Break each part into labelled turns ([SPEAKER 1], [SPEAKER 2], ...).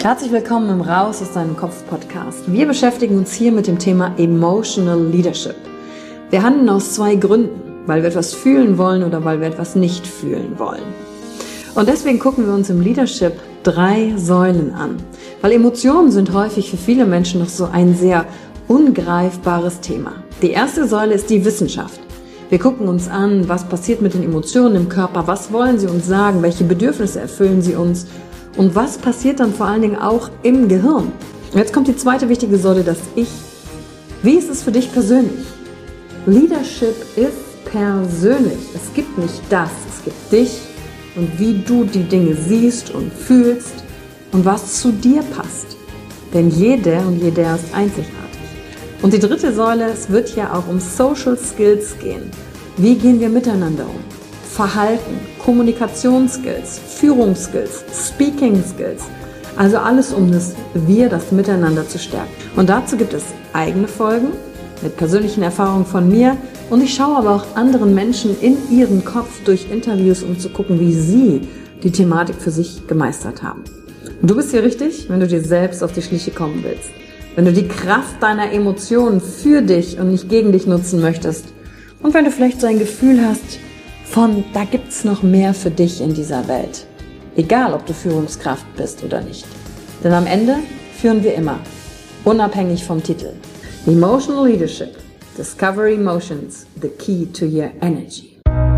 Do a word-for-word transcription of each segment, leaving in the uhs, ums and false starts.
[SPEAKER 1] Herzlich willkommen im Raus aus deinem Kopf Podcast. Wir beschäftigen uns hier mit dem Thema Emotional Leadership. Wir handeln aus zwei Gründen, weil wir etwas fühlen wollen oder weil wir etwas nicht fühlen wollen. Und deswegen gucken wir uns im Leadership drei Säulen an, weil Emotionen sind häufig für viele Menschen noch so ein sehr ungreifbares Thema. Die erste Säule ist die Wissenschaft. Wir gucken uns an, was passiert mit den Emotionen im Körper, was wollen sie uns sagen, welche Bedürfnisse erfüllen sie uns und was passiert dann vor allen Dingen auch im Gehirn. Und jetzt kommt die zweite wichtige Säule, das Ich. Wie ist es für dich persönlich? Leadership ist persönlich. Es gibt nicht das, es gibt dich und wie du die Dinge siehst und fühlst und was zu dir passt. Denn jede und jeder ist einzigartig. Und die dritte Säule, es wird ja auch um Social Skills gehen. Wie gehen wir miteinander um? Verhalten, Kommunikationsskills, Führungsskills, Speaking Skills. Also alles um das Wir, das Miteinander zu stärken. Und dazu gibt es eigene Folgen mit persönlichen Erfahrungen von mir. Und ich schaue aber auch anderen Menschen in ihren Kopf durch Interviews, um zu gucken, wie sie die Thematik für sich gemeistert haben. Und du bist hier richtig, wenn du dir selbst auf die Schliche kommen willst. Wenn du die Kraft deiner Emotionen für dich und nicht gegen dich nutzen möchtest. Und wenn du vielleicht so ein Gefühl hast von, da gibt's noch mehr für dich in dieser Welt. Egal, ob du Führungskraft bist oder nicht. Denn am Ende führen wir immer, unabhängig vom Titel. Emotional Leadership. Discover Emotions, the key to your energy.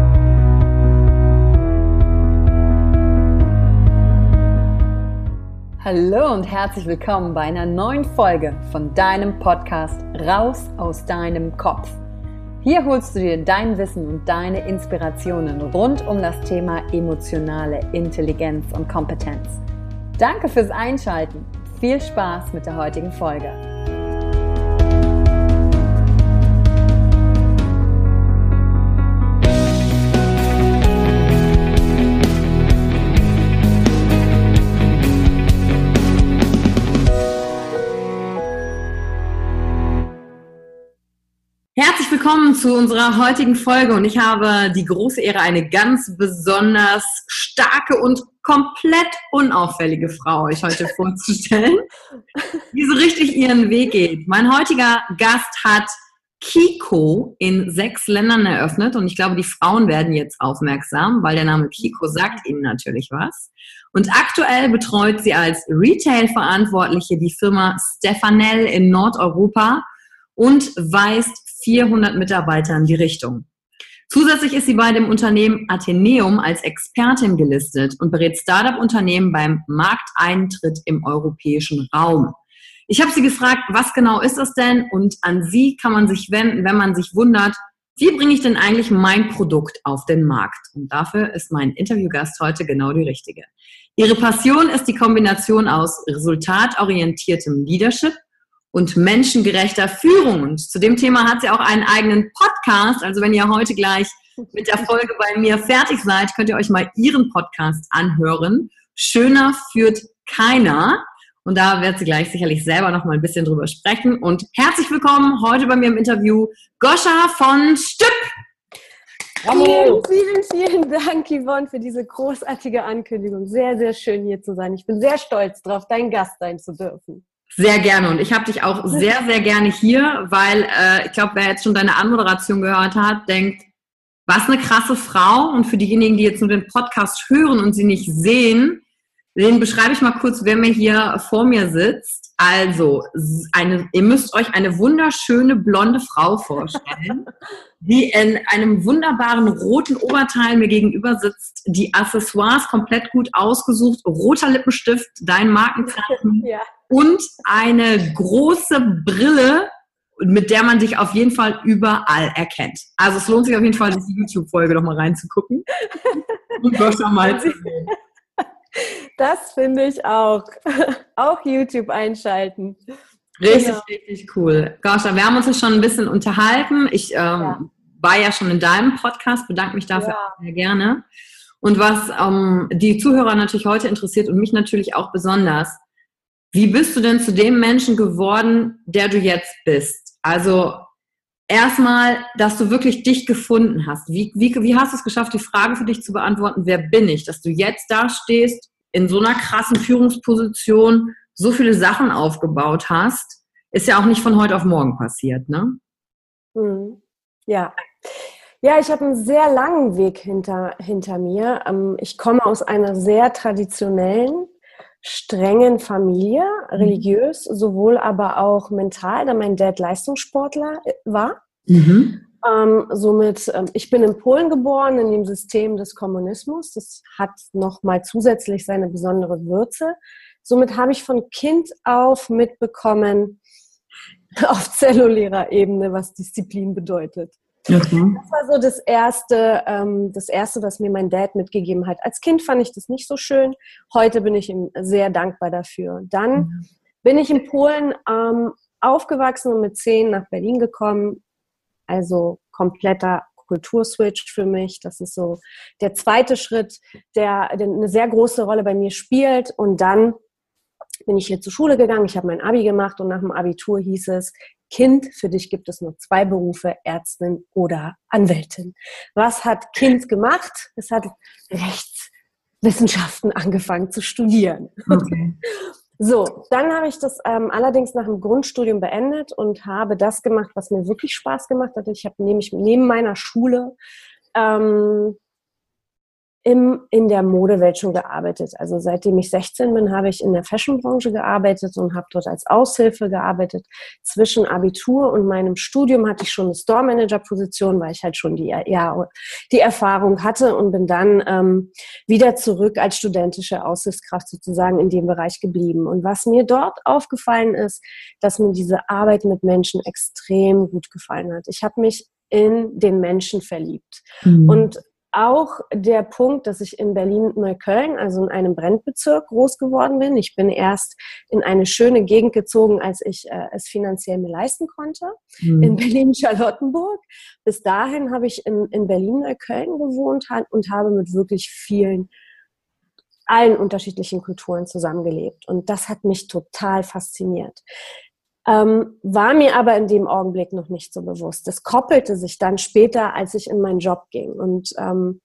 [SPEAKER 1] Hallo und herzlich willkommen bei einer neuen Folge von deinem Podcast Raus aus deinem Kopf. Hier holst du dir dein Wissen und deine Inspirationen rund um das Thema emotionale Intelligenz und Kompetenz. Danke fürs Einschalten. Viel Spaß mit der heutigen Folge. Herzlich willkommen zu unserer heutigen Folge und ich habe die große Ehre, eine ganz besonders starke und komplett unauffällige Frau euch heute vorzustellen, die so richtig ihren Weg geht. Mein heutiger Gast hat Kiko in sechs Ländern eröffnet und ich glaube, die Frauen werden jetzt aufmerksam, weil der Name Kiko sagt ihnen natürlich was. Und aktuell betreut sie als Retail-Verantwortliche die Firma Stefanel in Nordeuropa und weist vierhundert Mitarbeitern die Richtung. Zusätzlich ist sie bei dem Unternehmen Atheneum als Expertin gelistet und berät Startup-Unternehmen beim Markteintritt im europäischen Raum. Ich habe sie gefragt, was genau ist das denn? Und an sie kann man sich wenden, wenn man sich wundert, wie bringe ich denn eigentlich mein Produkt auf den Markt? Und dafür ist mein Interviewgast heute genau die richtige. Ihre Passion ist die Kombination aus resultatorientiertem Leadership und menschengerechter Führung. Und zu dem Thema hat sie auch einen eigenen Podcast. Also wenn ihr heute gleich mit der Folge bei mir fertig seid, könnt ihr euch mal ihren Podcast anhören. Schöner führt keiner. Und da wird sie gleich sicherlich selber noch mal ein bisschen drüber sprechen. Und herzlich willkommen heute bei mir im Interview Goscha von Stüpp.
[SPEAKER 2] Vielen, vielen, vielen Dank, Yvonne, für diese großartige Ankündigung. Sehr, sehr schön hier zu sein. Ich bin sehr stolz drauf, dein Gast sein zu dürfen.
[SPEAKER 1] Sehr gerne und ich habe dich auch sehr, sehr gerne hier, weil äh, ich glaube, wer jetzt schon deine Anmoderation gehört hat, denkt, was eine krasse Frau. Und für diejenigen, die jetzt nur den Podcast hören und sie nicht sehen, den beschreibe ich mal kurz, wer mir hier vor mir sitzt. Also, eine, ihr müsst euch eine wunderschöne blonde Frau vorstellen, die in einem wunderbaren roten Oberteil mir gegenüber sitzt, die Accessoires komplett gut ausgesucht, roter Lippenstift, dein Markenzeichen. Ja. Und eine große Brille, mit der man dich auf jeden Fall überall erkennt. Also es lohnt sich auf jeden Fall, diese YouTube-Folge noch mal reinzugucken und Goscha mal zu sehen.
[SPEAKER 2] Das finde ich auch. Auch YouTube einschalten.
[SPEAKER 1] Richtig, genau. Richtig cool. Goscha, wir haben uns ja schon ein bisschen unterhalten. Ich ähm, ja. war ja schon in deinem Podcast, bedanke mich dafür ja. auch sehr gerne. Und was ähm, die Zuhörer natürlich heute interessiert und mich natürlich auch besonders, wie bist du denn zu dem Menschen geworden, der du jetzt bist? Also erstmal, dass du wirklich dich gefunden hast. Wie, wie, wie hast du es geschafft, die Frage für dich zu beantworten, wer bin ich? Dass du jetzt da stehst in so einer krassen Führungsposition so viele Sachen aufgebaut hast, ist ja auch nicht von heute auf morgen passiert, ne?
[SPEAKER 2] Mhm. Ja. Ja, ich habe einen sehr langen Weg hinter, hinter mir. Ich komme aus einer sehr traditionellen, strengen Familie, religiös, sowohl aber auch mental, da mein Dad Leistungssportler war. Mhm. Ähm, somit, ähm, ich bin in Polen geboren, in dem System des Kommunismus. Das hat nochmal zusätzlich seine besondere Würze. Somit habe ich von Kind auf mitbekommen, auf zellulärer Ebene, was Disziplin bedeutet. Okay. Das war so das Erste, ähm, das Erste, was mir mein Dad mitgegeben hat. Als Kind fand ich das nicht so schön. Heute bin ich ihm sehr dankbar dafür. Dann mhm. bin ich in Polen ähm, aufgewachsen und mit zehn nach Berlin gekommen. Also kompletter Kulturswitch für mich. Das ist so der zweite Schritt, der, der eine sehr große Rolle bei mir spielt. Und dann bin ich hier zur Schule gegangen. Ich habe mein Abi gemacht und nach dem Abitur hieß es, Kind, für dich gibt es nur zwei Berufe, Ärztin oder Anwältin. Was hat Kind gemacht? Es hat Rechtswissenschaften angefangen zu studieren. Okay. So, dann habe ich das ähm, allerdings nach dem Grundstudium beendet und habe das gemacht, was mir wirklich Spaß gemacht hat. Ich habe nämlich neben meiner Schule ähm, Im, in der Modewelt schon gearbeitet. Also seitdem ich sechzehn bin, habe ich in der Fashionbranche gearbeitet und habe dort als Aushilfe gearbeitet. Zwischen Abitur und meinem Studium hatte ich schon eine Store-Manager-Position, weil ich halt schon die, ja, die Erfahrung hatte und bin dann ähm, wieder zurück als studentische Aushilfskraft sozusagen in dem Bereich geblieben. Und was mir dort aufgefallen ist, dass mir diese Arbeit mit Menschen extrem gut gefallen hat. Ich habe mich in den Menschen verliebt. Mhm. Und auch der Punkt, dass ich in Berlin-Neukölln, also in einem Brennbezirk, groß geworden bin. Ich bin erst in eine schöne Gegend gezogen, als ich äh, es finanziell mir leisten konnte, mhm. in Berlin-Charlottenburg. Bis dahin habe ich in, in Berlin-Neukölln gewohnt und habe mit wirklich vielen, allen unterschiedlichen Kulturen zusammengelebt. Und das hat mich total fasziniert. Ähm, war mir aber in dem Augenblick noch nicht so bewusst. Das koppelte sich dann später, als ich in meinen Job ging. Und ähm,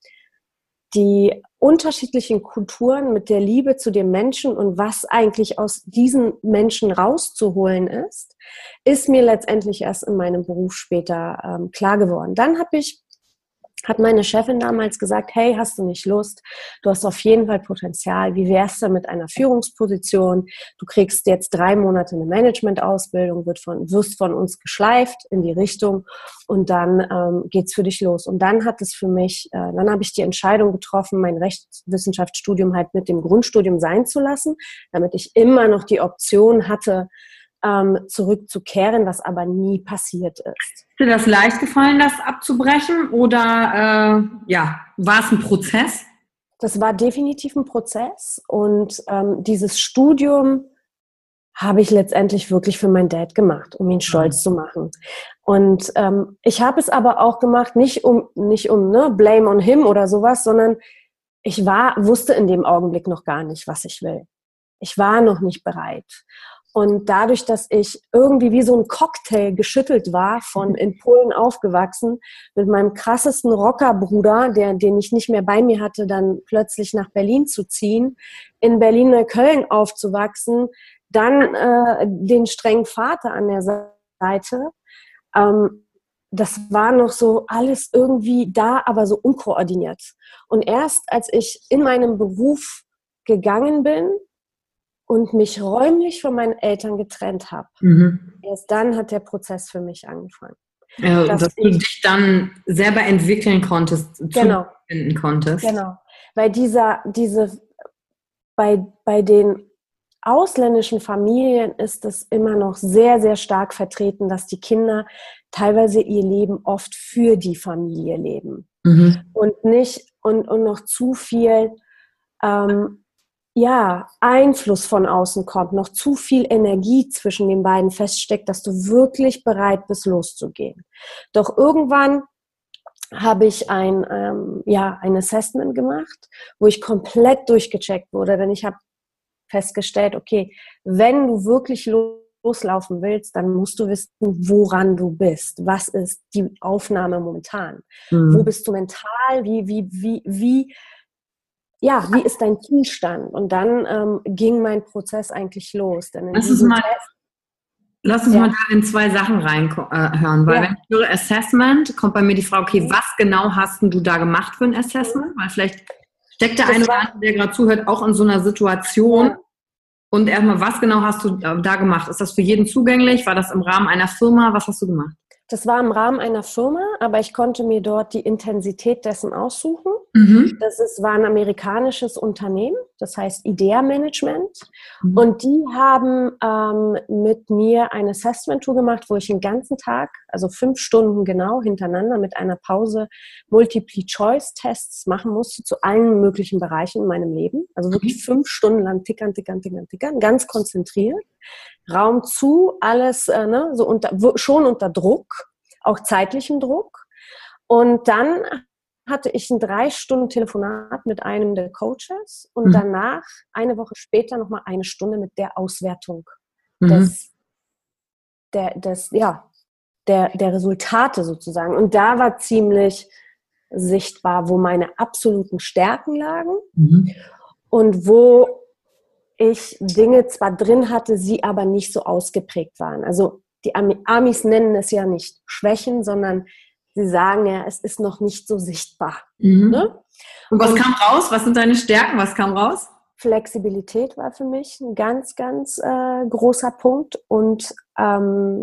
[SPEAKER 2] die unterschiedlichen Kulturen mit der Liebe zu dem Menschen und was eigentlich aus diesen Menschen rauszuholen ist, ist mir letztendlich erst in meinem Beruf später ähm, klar geworden. Dann habe ich hat meine Chefin damals gesagt, hey, hast du nicht Lust? Du hast auf jeden Fall Potenzial. Wie wär's denn mit einer Führungsposition? Du kriegst jetzt drei Monate eine Managementausbildung, wird von, wirst von uns geschleift in die Richtung und dann ähm, geht's für dich los. Und dann hat es für mich, äh, dann habe ich die Entscheidung getroffen, mein Rechtswissenschaftsstudium halt mit dem Grundstudium sein zu lassen, damit ich immer noch die Option hatte, zurückzukehren, was aber nie passiert ist.
[SPEAKER 1] Ist dir das leicht gefallen, das abzubrechen oder äh, ja, war es ein Prozess?
[SPEAKER 2] Das war definitiv ein Prozess und ähm, dieses Studium habe ich letztendlich wirklich für meinen Dad gemacht, um ihn stolz mhm. zu machen. Und ähm, ich habe es aber auch gemacht, nicht um, nicht um ne, blame on him oder sowas, sondern ich war, wusste in dem Augenblick noch gar nicht, was ich will. Ich war noch nicht bereit. Und dadurch, dass ich irgendwie wie so ein Cocktail geschüttelt war, von in Polen aufgewachsen, mit meinem krassesten Rockerbruder, der, den ich nicht mehr bei mir hatte, dann plötzlich nach Berlin zu ziehen, in Berlin-Neukölln aufzuwachsen, dann äh, den strengen Vater an der Seite. Ähm, das war noch so alles irgendwie da, aber so unkoordiniert. Und erst als ich in meinem Beruf gegangen bin, und mich räumlich von meinen Eltern getrennt habe. Mhm. Erst dann hat der Prozess für mich angefangen.
[SPEAKER 1] Ja, dass, dass du dich dann selber entwickeln konntest,
[SPEAKER 2] genau,
[SPEAKER 1] finden konntest.
[SPEAKER 2] Genau, weil dieser, diese, bei, bei den ausländischen Familien ist es immer noch sehr, sehr stark vertreten, dass die Kinder teilweise ihr Leben oft für die Familie leben. Mhm. Und nicht, und, und noch zu viel, ähm, ja, Einfluss von außen kommt, noch zu viel Energie zwischen den beiden feststeckt, dass du wirklich bereit bist, loszugehen. Doch irgendwann habe ich ein, ähm, ja, ein Assessment gemacht, wo ich komplett durchgecheckt wurde, denn ich habe festgestellt, okay, wenn du wirklich loslaufen willst, dann musst du wissen, woran du bist. Was ist die Aufnahme momentan? Mhm. Wo bist du mental? Wie, wie, wie, wie ja, wie ist dein Zustand? Und dann ähm, ging mein Prozess eigentlich los. Denn in
[SPEAKER 1] Lass uns
[SPEAKER 2] diesem
[SPEAKER 1] mal,
[SPEAKER 2] Test,
[SPEAKER 1] lass uns
[SPEAKER 2] ja.
[SPEAKER 1] mal da in zwei Sachen reinhören, weil
[SPEAKER 2] Ja.
[SPEAKER 1] wenn ich höre Assessment, kommt bei mir die Frage, okay,
[SPEAKER 2] Mhm.
[SPEAKER 1] was genau hast denn du da gemacht für ein Assessment? Weil vielleicht steckt der eine oder andere, der gerade zuhört, auch in so einer Situation.
[SPEAKER 2] Ja.
[SPEAKER 1] Und erstmal, was genau hast du da gemacht? Ist das für jeden zugänglich? War das im Rahmen einer Firma? Was hast du gemacht?
[SPEAKER 2] Das war im Rahmen einer Firma, aber ich konnte mir dort die Intensität dessen aussuchen.
[SPEAKER 1] Mhm.
[SPEAKER 2] Das ist, war ein amerikanisches Unternehmen, das heißt Idea Management.
[SPEAKER 1] Mhm.
[SPEAKER 2] Und die haben ähm, mit mir ein Assessment-Tool gemacht, wo ich den ganzen Tag, also fünf Stunden genau hintereinander mit einer Pause Multiple-Choice-Tests machen musste zu allen möglichen Bereichen in meinem Leben. Also wirklich fünf Stunden lang tickern, tickern, tickern, tickern, ganz konzentriert. Raum zu, alles äh, ne, so unter, schon unter Druck, auch zeitlichen Druck. Und dann hatte ich ein drei Stunden Telefonat mit einem der Coaches und mhm. danach, eine Woche später, nochmal eine Stunde mit der Auswertung mhm. des, der, des, ja, der, der Resultate sozusagen. Und da war ziemlich sichtbar, wo meine absoluten Stärken lagen mhm. und wo ich Dinge zwar drin hatte, sie aber nicht so ausgeprägt waren. Also die Amis nennen es ja nicht Schwächen, sondern sie sagen ja, es ist noch nicht so sichtbar.
[SPEAKER 1] Mhm.
[SPEAKER 2] Ne?
[SPEAKER 1] Und was und kam raus? Was sind deine Stärken? Was kam raus?
[SPEAKER 2] Flexibilität war für mich ein ganz, ganz äh, großer Punkt und ähm,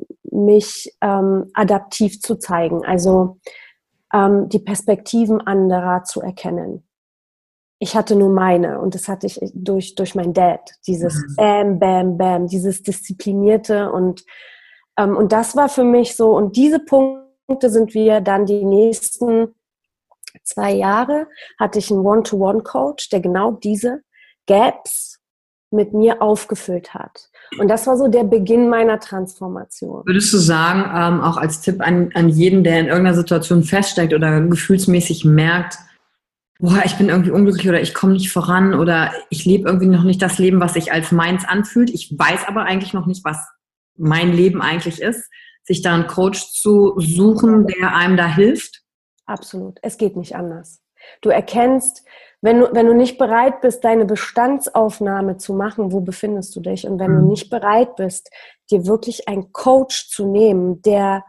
[SPEAKER 2] mich ähm, adaptiv zu zeigen, also ähm, die Perspektiven anderer zu erkennen. Ich hatte nur meine und das hatte ich durch, durch mein Dad, dieses mhm. Bam, Bam, Bam, dieses Disziplinierte und, ähm, und das war für mich so und diese Punkte sind wir dann die nächsten zwei Jahre, hatte ich einen One-to-One-Coach, der genau diese Gaps mit mir aufgefüllt hat. Und das war so der Beginn meiner Transformation.
[SPEAKER 1] Würdest du sagen, ähm, auch als Tipp an, an jeden, der in irgendeiner Situation feststeckt oder gefühlsmäßig merkt, boah, ich bin irgendwie unglücklich oder ich komme nicht voran oder ich lebe irgendwie noch nicht das Leben, was sich als meins anfühlt. Ich weiß aber eigentlich noch nicht, was mein Leben eigentlich ist. Sich da einen Coach zu suchen, der einem da hilft?
[SPEAKER 2] Absolut. Es geht nicht anders. Du erkennst, wenn du, wenn du nicht bereit bist, deine Bestandsaufnahme zu machen, wo befindest du dich? Und wenn mhm. du nicht bereit bist, dir wirklich einen Coach zu nehmen, der,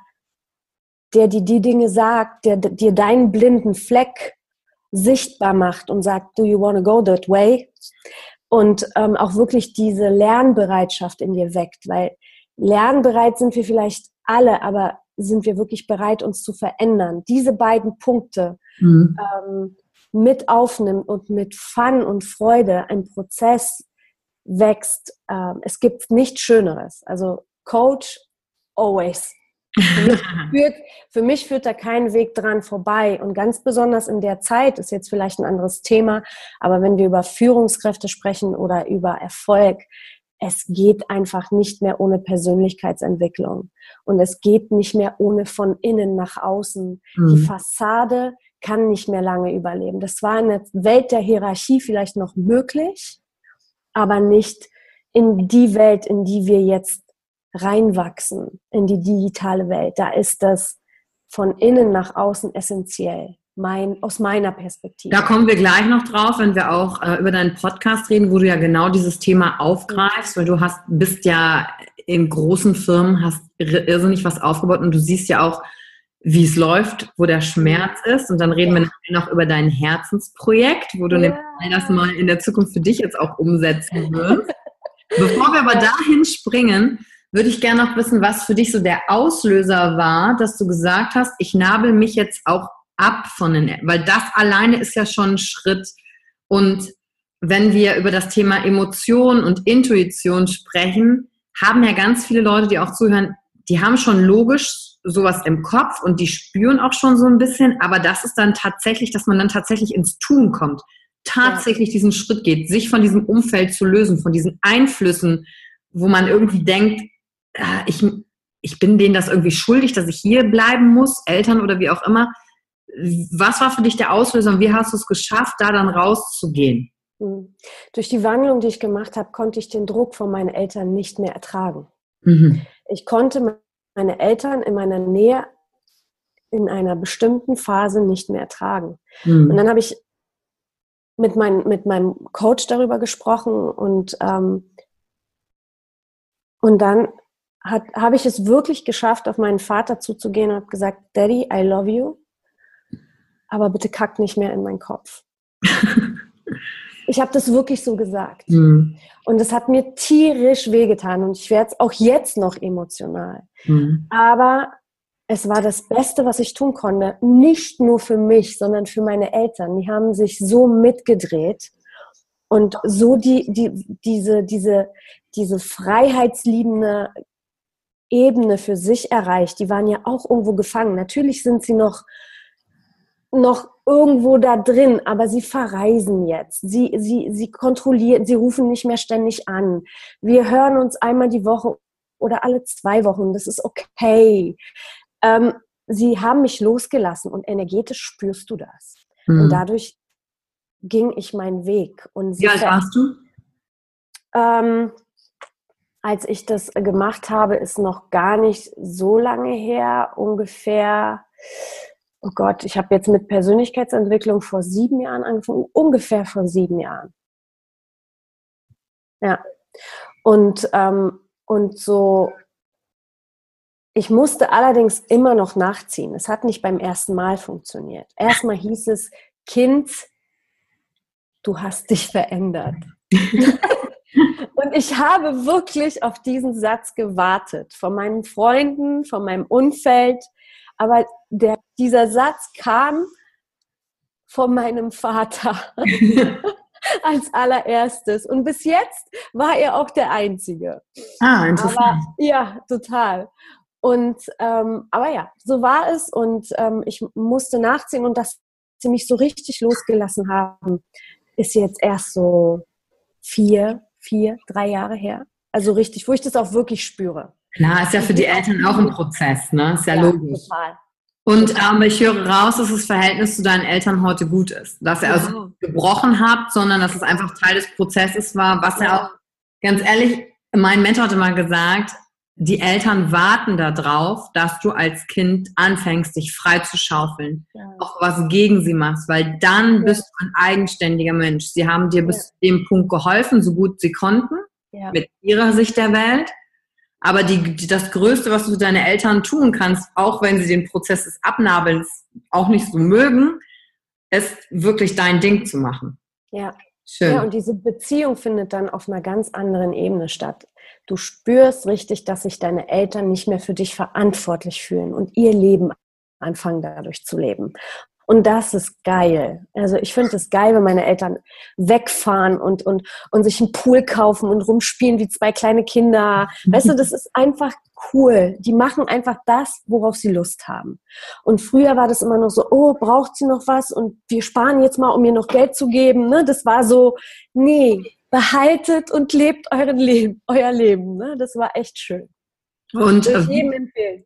[SPEAKER 2] der dir die Dinge sagt, der dir deinen blinden Fleck sichtbar macht und sagt, do you want to go that way? Und ähm, auch wirklich diese Lernbereitschaft in dir weckt, weil lernbereit sind wir vielleicht alle, aber sind wir wirklich bereit, uns zu verändern? Diese beiden Punkte mhm. ähm, mit aufnimmt und mit Fun und Freude ein Prozess wächst. Ähm, es gibt nichts Schöneres. Also Coach, always. Für mich, führt, für mich führt da kein Weg dran vorbei. Und ganz besonders in der Zeit, ist jetzt vielleicht ein anderes Thema, aber wenn wir über Führungskräfte sprechen oder über Erfolg, es geht einfach nicht mehr ohne Persönlichkeitsentwicklung. Und es geht nicht mehr ohne von innen nach außen. Mhm. Die Fassade kann nicht mehr lange überleben. Das war in der Welt der Hierarchie vielleicht noch möglich, aber nicht in die Welt, in die wir jetzt reinwachsen, in die digitale Welt. Da ist das von innen nach außen essentiell. Mein, aus meiner Perspektive.
[SPEAKER 1] Da kommen wir gleich noch drauf, wenn wir auch äh, über deinen Podcast reden, wo du ja genau dieses Thema aufgreifst, weil du hast, bist ja in großen Firmen, hast irrsinnig was aufgebaut und du siehst ja auch, wie es läuft, wo der Schmerz ist. Und dann reden ja. wir noch über dein Herzensprojekt, wo du ja. das mal in der Zukunft für dich jetzt auch umsetzen wirst. Bevor wir aber dahin springen, würde ich gerne noch wissen, was für dich so der Auslöser war, dass du gesagt hast, ich nabel mich jetzt auch ab von den, weil das alleine ist ja schon ein Schritt. Und wenn wir über das Thema Emotion und Intuition sprechen, haben ja ganz viele Leute, die auch zuhören, die haben schon logisch sowas im Kopf und die spüren auch schon so ein bisschen, aber das ist dann tatsächlich, dass man dann tatsächlich ins Tun kommt, tatsächlich ja. diesen Schritt geht, sich von diesem Umfeld zu lösen, von diesen Einflüssen, wo man irgendwie denkt, ich, ich bin denen das irgendwie schuldig, dass ich hier bleiben muss, Eltern oder wie auch immer. Was war für dich der Auslöser und wie hast du es geschafft, da dann rauszugehen?
[SPEAKER 2] Mhm. Durch die Wandlung, die ich gemacht habe, konnte ich den Druck von meinen Eltern nicht mehr ertragen.
[SPEAKER 1] Mhm.
[SPEAKER 2] Ich konnte meine Eltern in meiner Nähe in einer bestimmten Phase nicht mehr ertragen. Mhm. Und dann habe ich mit, mein, mit meinem Coach darüber gesprochen und, ähm, und dann habe ich es wirklich geschafft, auf meinen Vater zuzugehen und habe gesagt, Daddy, I love you, aber bitte kack nicht mehr in meinen Kopf. Ich habe das wirklich so gesagt. Mhm. Und es hat mir tierisch wehgetan und ich werde es auch jetzt noch emotional. Mhm. Aber es war das Beste, was ich tun konnte. Nicht nur für mich, sondern für meine Eltern. Die haben sich so mitgedreht und so die, die, diese, diese, diese freiheitsliebende Ebene für sich erreicht. Die waren ja auch irgendwo gefangen. Natürlich sind sie noch, noch irgendwo da drin, aber sie verreisen jetzt. Sie, sie, sie kontrollieren, sie rufen nicht mehr ständig an. Wir hören uns einmal die Woche oder alle zwei Wochen. Das ist okay. Ähm, sie haben mich losgelassen und energetisch spürst du das. Mhm. Und dadurch ging ich meinen Weg. Und
[SPEAKER 1] wie alt warst du?
[SPEAKER 2] Ähm, als ich das gemacht habe, ist noch gar nicht so lange her, ungefähr, oh Gott, ich habe jetzt mit Persönlichkeitsentwicklung vor sieben Jahren angefangen, ungefähr vor sieben Jahren. Ja, und, ähm, und so, ich musste allerdings immer noch nachziehen. Es hat nicht beim ersten Mal funktioniert. Erstmal hieß es, Kind, du hast dich verändert. Und ich habe wirklich auf diesen Satz gewartet, von meinen Freunden, von meinem Umfeld. Aber der, dieser Satz kam von meinem Vater als allererstes. Und bis jetzt war er auch der Einzige.
[SPEAKER 1] Ah, interessant.
[SPEAKER 2] Aber, ja, total. Und, ähm, aber ja, so war es. Und ähm, ich musste nachziehen. Und dass sie mich so richtig losgelassen haben, ist jetzt erst so vier, vier, drei Jahre her. Also richtig, wo ich das auch wirklich spüre.
[SPEAKER 1] Klar, ist ja für die Eltern auch ein Prozess, ne? Ist ja, ja logisch.
[SPEAKER 2] Total.
[SPEAKER 1] Und ähm, ich höre raus, dass das Verhältnis zu deinen Eltern heute gut ist. Dass ihr ja. also nicht gebrochen habt, sondern dass es einfach Teil des Prozesses war. Was ja, ja auch, ganz ehrlich, mein Mentor hatte mal gesagt, die Eltern warten darauf, dass du als Kind anfängst, dich frei zu schaufeln, ja. auch was gegen sie machst, weil dann ja. bist du ein eigenständiger Mensch. Sie haben dir bis ja. zu dem Punkt geholfen, so gut sie konnten, ja. mit ihrer Sicht der Welt. Aber die, die, das Größte, was du für deine Eltern tun kannst, auch wenn sie den Prozess des Abnabelns auch nicht so mögen, ist wirklich dein Ding zu machen.
[SPEAKER 2] Ja. Schön. Ja, und diese Beziehung findet dann auf einer ganz anderen Ebene statt. Du spürst richtig, dass sich deine Eltern nicht mehr für dich verantwortlich fühlen und ihr Leben anfangen dadurch zu leben. Und das ist geil. Also ich finde es geil, wenn meine Eltern wegfahren und, und, und sich einen Pool kaufen und rumspielen wie zwei kleine Kinder. Weißt du, das ist einfach cool. Die machen einfach das, worauf sie Lust haben. Und früher war das immer noch so, oh, braucht sie noch was? Und wir sparen jetzt mal, um ihr noch Geld zu geben. Ne? Das war so, nee, behaltet und lebt euren Leben, euer Leben. Ne? Das war echt schön.
[SPEAKER 1] Und
[SPEAKER 2] würde ich jedem empfehlen.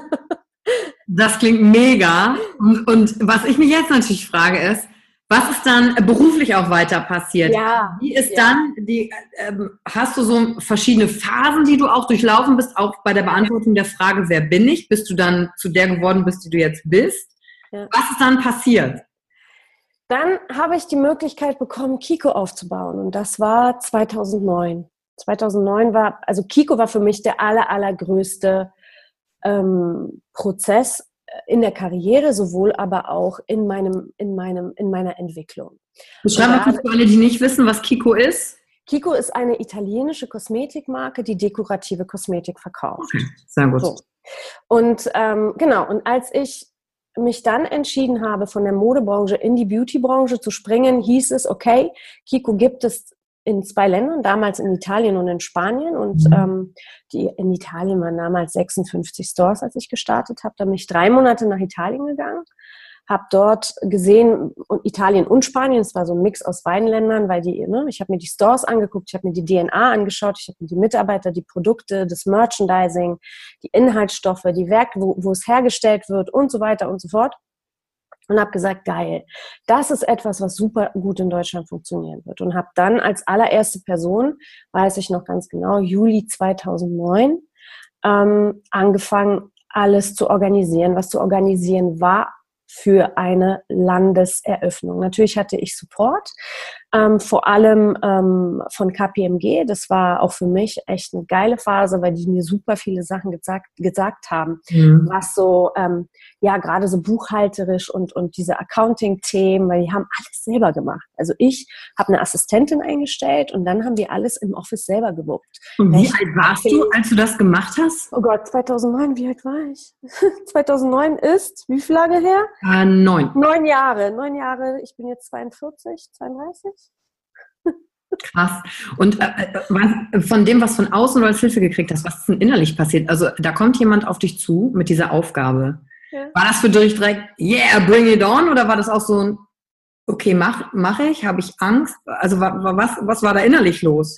[SPEAKER 1] Das klingt mega. Und, und was ich mich jetzt natürlich frage ist, was ist dann beruflich auch weiter passiert?
[SPEAKER 2] Ja,
[SPEAKER 1] Wie ist
[SPEAKER 2] ja.
[SPEAKER 1] dann, die, ähm, hast du so verschiedene Phasen, die du auch durchlaufen bist, auch bei der Beantwortung der Frage, wer bin ich? Bist du dann zu der geworden bist, die du jetzt bist? Ja. Was ist dann passiert?
[SPEAKER 2] Dann habe ich die Möglichkeit bekommen, Kiko aufzubauen. Und das war zweitausendneun. zweitausendneun war, also Kiko war für mich der aller, allergrößte ähm, Prozess in der Karriere, sowohl aber auch in meinem, in meinem, in meiner Entwicklung.
[SPEAKER 1] Beschreib mal kurz für alle, die nicht wissen, was Kiko ist.
[SPEAKER 2] Kiko ist eine italienische Kosmetikmarke, die dekorative Kosmetik verkauft.
[SPEAKER 1] Okay, sehr gut.
[SPEAKER 2] So. Und ähm, genau, und als ich mich dann entschieden habe, von der Modebranche in die Beautybranche zu springen, hieß es, okay, Kiko gibt es in zwei Ländern, damals in Italien und in Spanien. Und mhm. ähm, die in Italien waren damals sechsundfünfzig Stores, als ich gestartet habe. Da bin ich drei Monate nach Italien gegangen, habe dort gesehen, und Italien und Spanien, es war so ein Mix aus beiden Ländern, weil die, ne, ich habe mir die Stores angeguckt, ich habe mir die D N A angeschaut, ich habe mir die Mitarbeiter, die Produkte, das Merchandising, die Inhaltsstoffe, die Werke, wo, wo es hergestellt wird und so weiter und so fort. Und habe gesagt, geil, das ist etwas, was super gut in Deutschland funktionieren wird. Und habe dann als allererste Person, weiß ich noch ganz genau, Juli zweitausendneun, ähm, angefangen, alles zu organisieren, was zu organisieren war für eine Landeseröffnung. Natürlich hatte ich Support, ähm, vor allem ähm, von K P M G. Das war auch für mich echt eine geile Phase, weil die mir super viele Sachen gesagt, gesagt haben, mhm. was so, ähm, ja, gerade so buchhalterisch und, und diese Accounting-Themen, weil die haben alles selber gemacht. Also ich habe eine Assistentin eingestellt und dann haben wir alles im Office selber gewuppt.
[SPEAKER 1] Und wie alt warst du, als du das gemacht hast?
[SPEAKER 2] Oh Gott, zweitausendneun, wie alt war ich? zweitausendneun ist, wie viel lange her?
[SPEAKER 1] Äh, neun.
[SPEAKER 2] Neun Jahre, neun Jahre, ich bin jetzt zweiundvierzig, zweiunddreißig.
[SPEAKER 1] Krass. Und äh, was, von dem, was von außen du als Hilfe gekriegt hast, was ist denn innerlich passiert? Also da kommt jemand auf dich zu mit dieser Aufgabe. Ja. War das für dich direkt, yeah, bring it on? Oder war das auch so ein, okay, mach, mach ich, habe ich Angst? Also was, was war da innerlich los?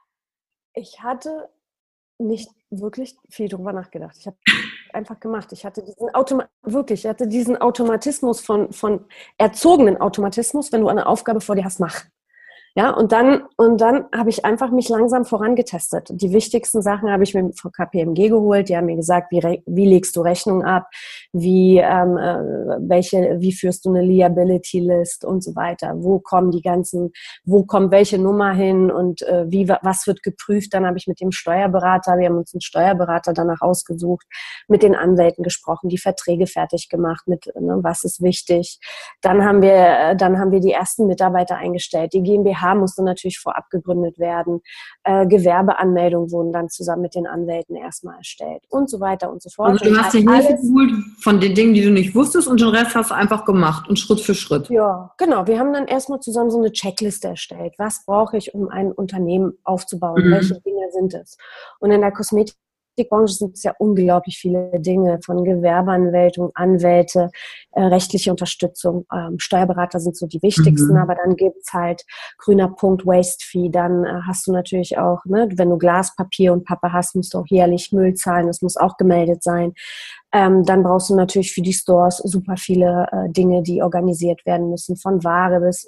[SPEAKER 2] Ich hatte nicht wirklich viel drüber nachgedacht. Ich habe einfach gemacht. Ich hatte diesen Automa- wirklich, ich hatte diesen Automatismus von, von erzogenen Automatismus, wenn du eine Aufgabe vor dir hast, mach. Ja, und dann, und dann habe ich einfach mich langsam vorangetestet. Die wichtigsten Sachen habe ich mir von K P M G geholt. Die haben mir gesagt, wie, re- wie legst du Rechnung ab, wie, ähm, äh, welche, wie führst du eine Liability-List und so weiter. Wo kommen die ganzen, wo kommt welche Nummer hin und äh, wie, was wird geprüft. Dann habe ich mit dem Steuerberater, wir haben uns einen Steuerberater danach ausgesucht, mit den Anwälten gesprochen, die Verträge fertig gemacht, mit, ne, was ist wichtig. Dann haben wir, dann haben wir die ersten Mitarbeiter eingestellt. Die GmbH musste natürlich vorab gegründet werden. Äh, Gewerbeanmeldungen wurden dann zusammen mit den Anwälten erstmal erstellt und so weiter und so fort.
[SPEAKER 1] Also du hast dir Hilfe geholt von den Dingen, die du nicht wusstest und den Rest hast du einfach gemacht und Schritt für Schritt.
[SPEAKER 2] Ja, genau. Wir haben dann erstmal zusammen so eine Checkliste erstellt. Was brauche ich, um ein Unternehmen aufzubauen? Mhm. Welche Dinge sind es? Und in der Kosmetik In der Branche sind es ja unglaublich viele Dinge, von Gewerbeanwältung, Anwälte, äh, rechtliche Unterstützung, ähm, Steuerberater sind so die wichtigsten, mhm. aber dann gibt's halt grüner Punkt, Waste Fee, dann äh, hast du natürlich auch, ne, wenn du Glas, Papier und Pappe hast, musst du auch jährlich Müll zahlen, das muss auch gemeldet sein. Ähm, dann brauchst du natürlich für die Stores super viele äh, Dinge, die organisiert werden müssen, von Ware bis...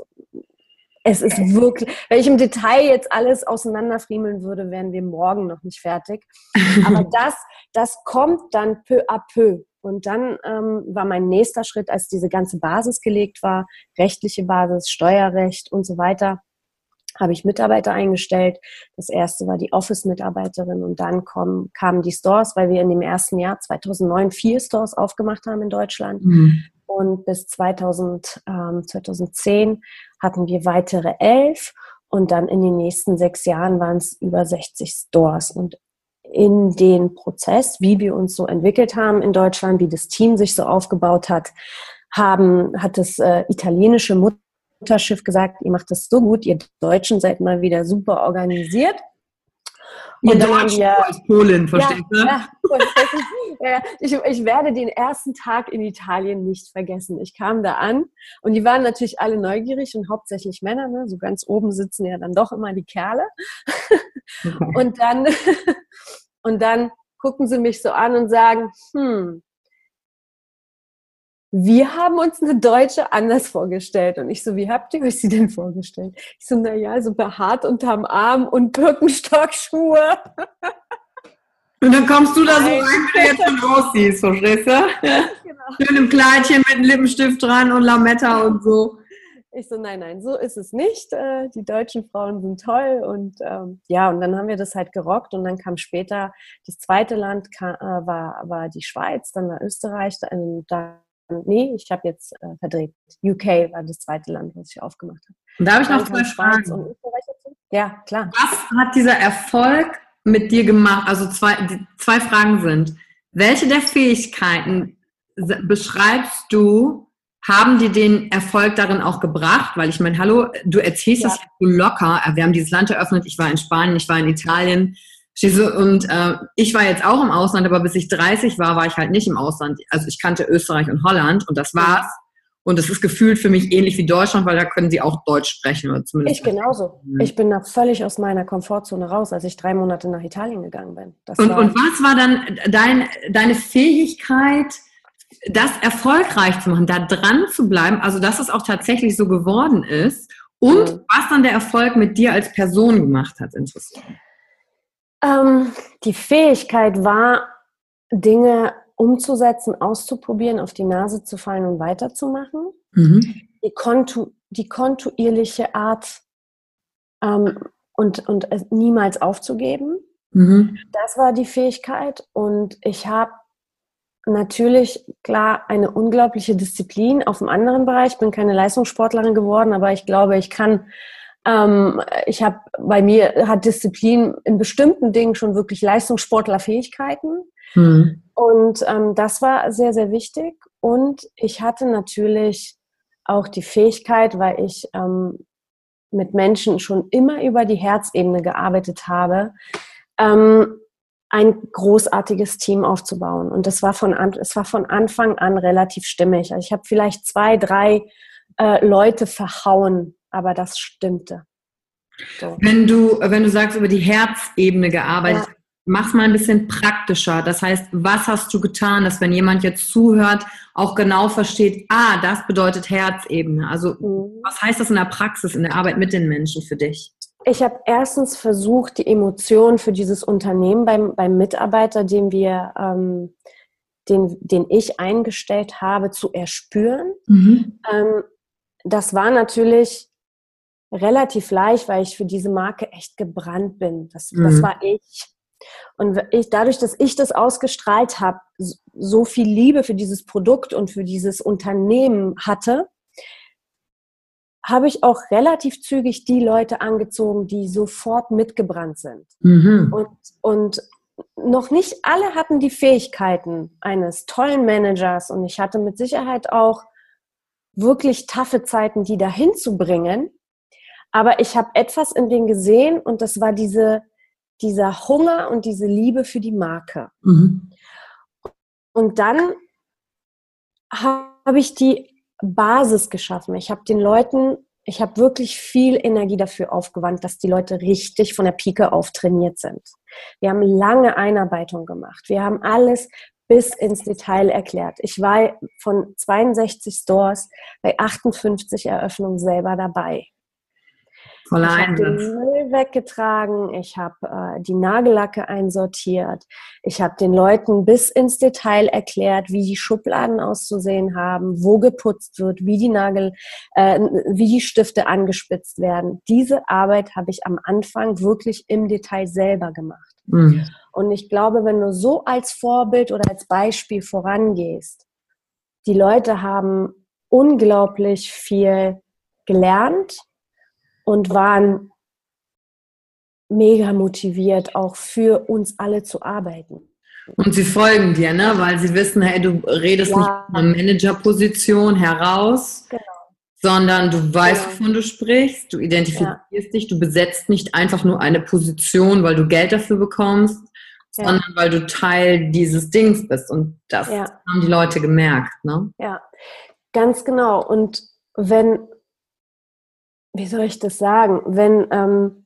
[SPEAKER 2] Es ist wirklich, wenn ich im Detail jetzt alles auseinanderfriemeln würde, wären wir morgen noch nicht fertig. Aber das, das kommt dann peu à peu. Und dann ähm, war mein nächster Schritt, als diese ganze Basis gelegt war, rechtliche Basis, Steuerrecht und so weiter, habe ich Mitarbeiter eingestellt. Das erste war die Office-Mitarbeiterin und dann kommen, kamen die Stores, weil wir in dem ersten Jahr zweitausendneun vier Stores aufgemacht haben in Deutschland. Mhm. Und bis zweitausend, ähm, zweitausendzehn hatten wir weitere elf und dann in den nächsten sechs Jahren waren es über sechzig Stores. Und in den Prozess, wie wir uns so entwickelt haben in Deutschland, wie das Team sich so aufgebaut hat, haben, hat das äh, italienische Mutterschiff gesagt, ihr macht das so gut, ihr Deutschen seid mal wieder super organisiert.
[SPEAKER 1] Und dann haben wir als Polen, verstehst du?
[SPEAKER 2] Ja, ja, ich, ich werde den ersten Tag in Italien nicht vergessen. Ich kam da an und die waren natürlich alle neugierig und hauptsächlich Männer, ne? So ganz oben sitzen ja dann doch immer die Kerle. Okay. Und dann, und dann gucken sie mich so an und sagen, hm, wir haben uns eine Deutsche anders vorgestellt. Und ich so, wie habt ihr euch sie denn vorgestellt? Ich so, naja, so behaart unterm Arm und Birkenstock-Schuhe.
[SPEAKER 1] Und dann kommst du da so rein, wie du jetzt schon aussiehst, verstehst du? Ja. Genau. Schön im Kleidchen mit einem Lippenstift dran und Lametta und so.
[SPEAKER 2] Ich so, nein, nein, so ist es nicht. Die deutschen Frauen sind toll. Und ähm, ja, und dann haben wir das halt gerockt. Und dann kam später, das zweite Land kam, äh, war, war die Schweiz, dann war Österreich, dann da Nee, ich habe jetzt äh, verdreht. U K war das zweite Land, was ich aufgemacht habe.
[SPEAKER 1] Und da habe ich noch zwei Fragen.
[SPEAKER 2] Und Österreich dazu? Ja, klar.
[SPEAKER 1] Was hat dieser Erfolg mit dir gemacht? Also zwei, die, zwei Fragen sind, welche der Fähigkeiten beschreibst du, haben dir den Erfolg darin auch gebracht? Weil ich meine, hallo, du erzählst ja. das so locker. Wir haben dieses Land eröffnet, ich war in Spanien, ich war in Italien. Und äh, ich war jetzt auch im Ausland, aber bis ich dreißig war, war ich halt nicht im Ausland. Also ich kannte Österreich und Holland und das war's. Und es ist gefühlt für mich ähnlich wie Deutschland, weil da können sie auch Deutsch sprechen. Oder zumindest
[SPEAKER 2] ich genauso. Mhm. Ich bin da völlig aus meiner Komfortzone raus, als ich drei Monate nach Italien gegangen bin. Das
[SPEAKER 1] und,
[SPEAKER 2] war
[SPEAKER 1] und was war dann dein, deine Fähigkeit, das erfolgreich zu machen, da dran zu bleiben, also dass es auch tatsächlich so geworden ist und mhm. was dann der Erfolg mit dir als Person gemacht hat, interessant.
[SPEAKER 2] Ähm, die Fähigkeit war, Dinge umzusetzen, auszuprobieren, auf die Nase zu fallen und weiterzumachen.
[SPEAKER 1] Mhm.
[SPEAKER 2] Die, kontu, die kontinuierliche Art ähm, und, und es niemals aufzugeben.
[SPEAKER 1] Mhm.
[SPEAKER 2] Das war die Fähigkeit. Und ich habe natürlich, klar, eine unglaubliche Disziplin auf einem anderen Bereich. Ich bin keine Leistungssportlerin geworden, aber ich glaube, ich kann, ähm, ich habe, bei mir hat Disziplin in bestimmten Dingen schon wirklich Leistungssportlerfähigkeiten.
[SPEAKER 1] Mhm.
[SPEAKER 2] Und ähm, das war sehr, sehr wichtig. Und ich hatte natürlich auch die Fähigkeit, weil ich ähm, mit Menschen schon immer über die Herzebene gearbeitet habe, ähm, ein großartiges Team aufzubauen. Und das war von, an, es war von Anfang an relativ stimmig. Also ich habe vielleicht zwei, drei äh, Leute verhauen, aber das stimmte. So.
[SPEAKER 1] Wenn du, wenn du sagst, über die Herzebene gearbeitet,
[SPEAKER 2] Ja.
[SPEAKER 1] mach's mal ein bisschen praktischer. Das heißt, was hast du getan, dass wenn jemand jetzt zuhört, auch genau versteht, ah, das bedeutet Herzebene. Also
[SPEAKER 2] Mhm.
[SPEAKER 1] was heißt das in der Praxis, in der Arbeit mit den Menschen für dich?
[SPEAKER 2] Ich habe erstens versucht, die Emotionen für dieses Unternehmen beim, beim Mitarbeiter, den wir, ähm, den, den ich eingestellt habe, zu erspüren.
[SPEAKER 1] Mhm.
[SPEAKER 2] Ähm, das war natürlich relativ leicht, weil ich für diese Marke echt gebrannt bin. Das,
[SPEAKER 1] Mhm.
[SPEAKER 2] das war ich. Und ich, dadurch, dass ich das ausgestrahlt habe, so viel Liebe für dieses Produkt und für dieses Unternehmen hatte, habe ich auch relativ zügig die Leute angezogen, die sofort mitgebrannt sind.
[SPEAKER 1] Mhm.
[SPEAKER 2] Und, und noch nicht alle hatten die Fähigkeiten eines tollen Managers und ich hatte mit Sicherheit auch wirklich taffe Zeiten, die dahin zu bringen. Aber ich habe etwas in denen gesehen und das war diese, dieser Hunger und diese Liebe für die Marke.
[SPEAKER 1] Mhm.
[SPEAKER 2] Und dann habe ich die Basis geschaffen. Ich habe den Leuten, ich habe wirklich viel Energie dafür aufgewandt, dass die Leute richtig von der Pike auf trainiert sind. Wir haben lange Einarbeitung gemacht. Wir haben alles bis ins Detail erklärt. Ich war von zweiundsechzig Stores bei achtundfünfzig Eröffnungen selber dabei.
[SPEAKER 1] Voller
[SPEAKER 2] Ich habe den
[SPEAKER 1] Einsatz.
[SPEAKER 2] Müll weggetragen, ich habe äh, die Nagellacke einsortiert, ich habe den Leuten bis ins Detail erklärt, wie die Schubladen auszusehen haben, wo geputzt wird, wie die Nagel, äh, wie die Stifte angespitzt werden. Diese Arbeit habe ich am Anfang wirklich im Detail selber gemacht.
[SPEAKER 1] Mhm.
[SPEAKER 2] Und ich glaube, wenn du so als Vorbild oder als Beispiel vorangehst, die Leute haben unglaublich viel gelernt und waren mega motiviert, auch für uns alle zu arbeiten.
[SPEAKER 1] Und sie folgen dir, ne? Weil sie wissen, hey, du redest
[SPEAKER 2] Ja.
[SPEAKER 1] nicht von einer Managerposition heraus,
[SPEAKER 2] Genau.
[SPEAKER 1] sondern du weißt,
[SPEAKER 2] Genau.
[SPEAKER 1] wovon du sprichst, du identifizierst
[SPEAKER 2] Ja.
[SPEAKER 1] dich, du besetzt nicht einfach nur eine Position, weil du Geld dafür bekommst,
[SPEAKER 2] Ja.
[SPEAKER 1] sondern weil du Teil dieses Dings bist. Und das
[SPEAKER 2] Ja.
[SPEAKER 1] haben die Leute gemerkt, ne?
[SPEAKER 2] Ja, ganz genau. Und wenn, wie soll ich das sagen, wenn ähm,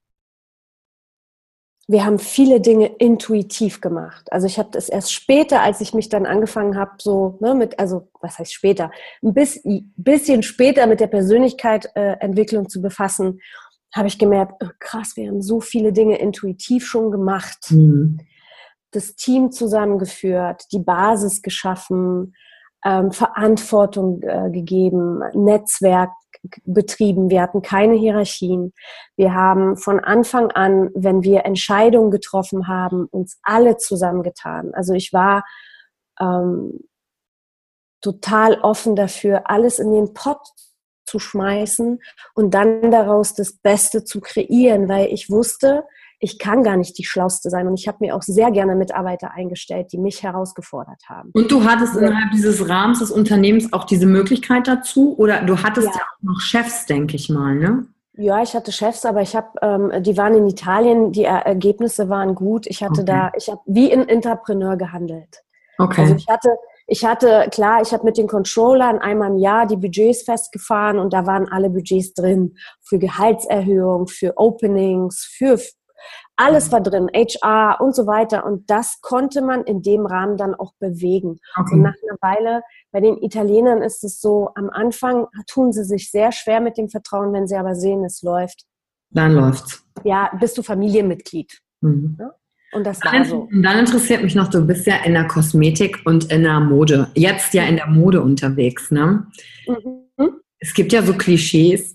[SPEAKER 2] wir haben viele Dinge intuitiv gemacht. Also ich habe das erst später, als ich mich dann angefangen habe, so ne, mit, also was heißt später, ein bisschen, bisschen später mit der Persönlichkeitsentwicklung äh, zu befassen, habe ich gemerkt, oh, krass, wir haben so viele Dinge intuitiv schon gemacht.
[SPEAKER 1] Mhm.
[SPEAKER 2] Das Team zusammengeführt, die Basis geschaffen, ähm, Verantwortung äh, gegeben, Netzwerk betrieben. Wir hatten keine Hierarchien. Wir haben von Anfang an, wenn wir Entscheidungen getroffen haben, uns alle zusammengetan. Also ich war ähm, total offen dafür, alles in den Pott zu schmeißen und dann daraus das Beste zu kreieren, weil ich wusste, ich kann gar nicht die Schlauste sein und ich habe mir auch sehr gerne Mitarbeiter eingestellt, die mich herausgefordert haben.
[SPEAKER 1] Und du hattest ja innerhalb dieses Rahmens des Unternehmens auch diese Möglichkeit dazu? Oder du hattest ja, ja auch noch Chefs, denke ich mal, ne?
[SPEAKER 2] Ja, ich hatte Chefs, aber ich habe, ähm, die waren in Italien, die Ergebnisse waren gut. Ich hatte
[SPEAKER 1] Okay.
[SPEAKER 2] da, ich habe wie ein Entrepreneur gehandelt.
[SPEAKER 1] Okay.
[SPEAKER 2] Also ich hatte, ich hatte, klar, ich habe mit den Controllern einmal im Jahr die Budgets festgefahren und da waren alle Budgets drin für Gehaltserhöhung, für Openings, für alles war drin, H R und so weiter. Und das konnte man in dem Rahmen dann auch bewegen.
[SPEAKER 1] Okay.
[SPEAKER 2] Und nach einer Weile, bei den Italienern ist es so, am Anfang tun sie sich sehr schwer mit dem Vertrauen, wenn sie aber sehen, es läuft.
[SPEAKER 1] Dann läuft's.
[SPEAKER 2] Ja, bist du Familienmitglied.
[SPEAKER 1] Mhm.
[SPEAKER 2] Ja? Und das war so.
[SPEAKER 1] Und dann interessiert mich noch, du bist ja in der Kosmetik und in der Mode, jetzt ja in der Mode unterwegs, ne? Mhm. Es gibt ja so Klischees,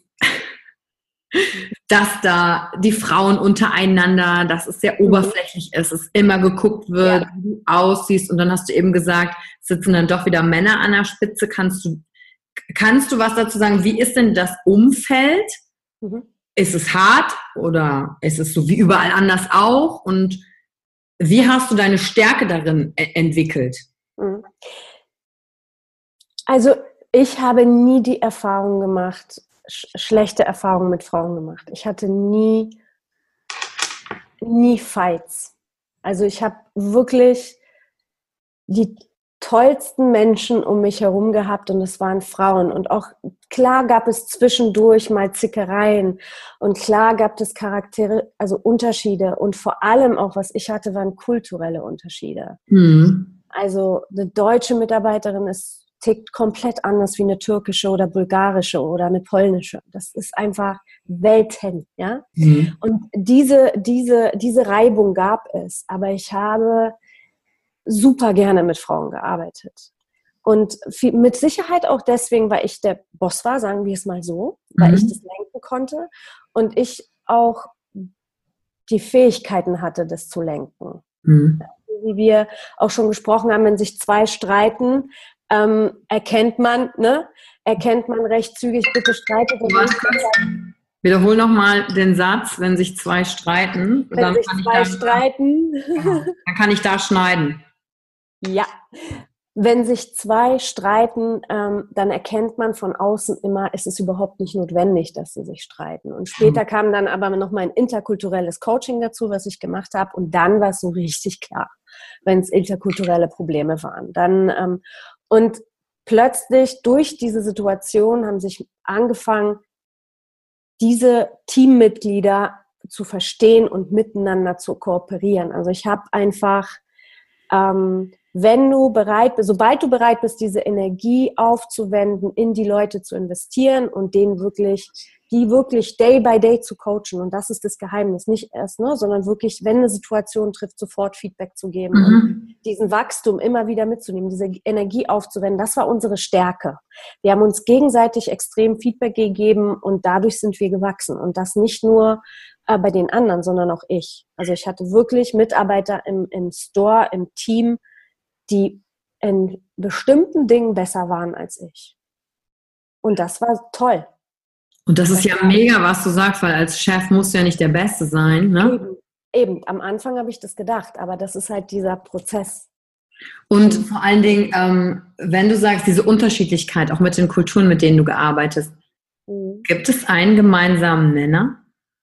[SPEAKER 1] dass da die Frauen untereinander, dass es sehr oberflächlich ist, es immer geguckt wird, ja, wie du aussiehst. Und dann hast du eben gesagt, sitzen dann doch wieder Männer an der Spitze. Kannst du, kannst du was dazu sagen? Wie ist denn das Umfeld? Mhm. Ist es hart oder ist es so wie überall anders auch? Und wie hast du deine Stärke darin entwickelt?
[SPEAKER 2] Also ich habe nie die Erfahrung gemacht, sch- schlechte Erfahrungen mit Frauen gemacht. Ich hatte nie, nie Fights. Also ich habe wirklich die tollsten Menschen um mich herum gehabt und es waren Frauen. Und auch klar gab es zwischendurch mal Zickereien und klar gab es Charaktere, also Unterschiede und vor allem auch, was ich hatte, waren kulturelle Unterschiede. Mhm. Also eine deutsche Mitarbeiterin ist, tickt komplett anders wie eine türkische oder bulgarische oder eine polnische. Das ist einfach Welten, ja. Mhm. Und diese, diese, diese Reibung gab es, aber ich habe super gerne mit Frauen gearbeitet. Und viel, mit Sicherheit auch deswegen, weil ich der Boss war, sagen wir es mal so, weil mhm. ich das lenken konnte und ich auch die Fähigkeiten hatte, das zu lenken. Mhm. Wie wir auch schon gesprochen haben, wenn sich zwei streiten, ähm, erkennt man, ne, erkennt man recht zügig, bitte streitet.
[SPEAKER 1] Wiederhol nochmal den Satz, wenn sich zwei streiten.
[SPEAKER 2] Wenn dann sich kann zwei ich da, streiten.
[SPEAKER 1] Genau, dann kann ich da schneiden.
[SPEAKER 2] Ja, wenn sich zwei streiten, ähm, dann erkennt man von außen immer, es ist überhaupt nicht notwendig, dass sie sich streiten. Und später mhm. kam dann aber noch mal ein interkulturelles Coaching dazu, was ich gemacht habe. Und dann war es so richtig klar, wenn es interkulturelle Probleme waren. Dann ähm, und plötzlich durch diese Situation haben sich angefangen, diese Teammitglieder zu verstehen und miteinander zu kooperieren. Also ich habe einfach ähm, wenn du bereit bist, sobald du bereit bist, diese Energie aufzuwenden, in die Leute zu investieren und denen wirklich, die wirklich day by day zu coachen. Und das ist das Geheimnis. Nicht erst, ne, sondern wirklich, wenn eine Situation trifft, sofort Feedback zu geben mhm. und diesen Wachstum immer wieder mitzunehmen, diese Energie aufzuwenden. Das war unsere Stärke. Wir haben uns gegenseitig extrem Feedback gegeben und dadurch sind wir gewachsen. Und das nicht nur äh, bei den anderen, sondern auch ich. Also ich hatte wirklich Mitarbeiter im, im Store, im Team, die in bestimmten Dingen besser waren als ich. Und das war toll.
[SPEAKER 1] Und das, das ist ja mega, was du sagst, weil als Chef musst du ja nicht der Beste sein, ne?
[SPEAKER 2] Eben, eben. Am Anfang habe ich das gedacht, aber das ist halt dieser Prozess.
[SPEAKER 1] Und vor allen Dingen, ähm, wenn du sagst, diese Unterschiedlichkeit, auch mit den Kulturen, mit denen du gearbeitet hast, mhm. gibt es einen gemeinsamen Nenner,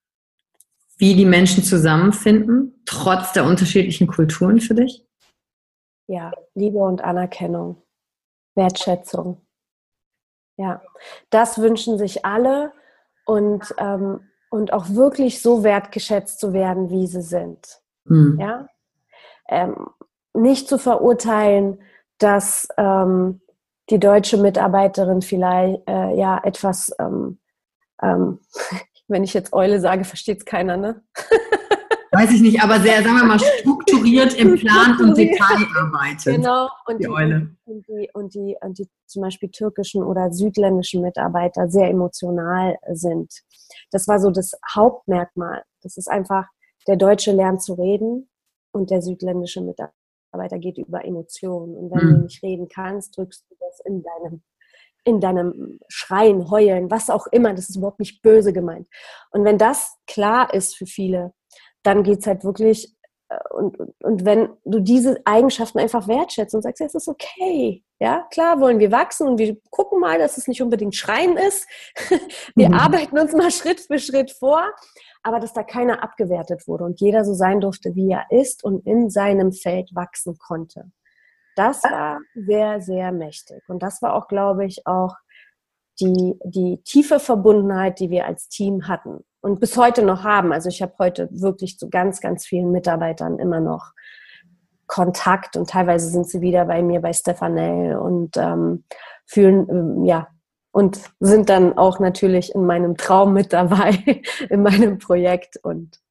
[SPEAKER 1] wie die Menschen zusammenfinden, trotz der unterschiedlichen Kulturen für dich?
[SPEAKER 2] Ja, Liebe und Anerkennung, Wertschätzung. Ja, das wünschen sich alle und, ähm, und auch wirklich so wertgeschätzt zu werden, wie sie sind. Mhm. Ja? Ähm, nicht zu verurteilen, dass ähm, die deutsche Mitarbeiterin vielleicht äh, ja etwas, ähm, ähm, wenn ich jetzt Eule sage, versteht es keiner, ne?
[SPEAKER 1] Weiß ich nicht, aber sehr, sagen wir mal, strukturiert im Plan und Detail arbeitet.
[SPEAKER 2] Genau, und
[SPEAKER 1] die,
[SPEAKER 2] die,
[SPEAKER 1] Eule.
[SPEAKER 2] Und, die, und, die, und die zum Beispiel türkischen oder südländischen Mitarbeiter sehr emotional sind. Das war so das Hauptmerkmal. Das ist einfach, der Deutsche lernt zu reden und der südländische Mitarbeiter geht über Emotionen. Und wenn hm. du nicht reden kannst, drückst du das in deinem in deinem Schreien, Heulen, was auch immer. Das ist überhaupt nicht böse gemeint. Und wenn das klar ist für viele, dann geht's halt wirklich, und, und, und wenn du diese Eigenschaften einfach wertschätzt und sagst, ja, es ist okay, ja, klar wollen wir wachsen und wir gucken mal, dass es nicht unbedingt Schreien ist. Wir mhm. arbeiten uns mal Schritt für Schritt vor, aber dass da keiner abgewertet wurde und jeder so sein durfte, wie er ist und in seinem Feld wachsen konnte. Das war sehr, sehr mächtig. Und das war auch, glaube ich, auch die, die tiefe Verbundenheit, die wir als Team hatten und bis heute noch haben. Also ich habe heute wirklich zu ganz, ganz vielen Mitarbeitern immer noch Kontakt und teilweise sind sie wieder bei mir bei Stefanel und ähm, fühlen, ähm, ja, und sind dann auch natürlich in meinem Traum mit dabei, in meinem Projekt und ja,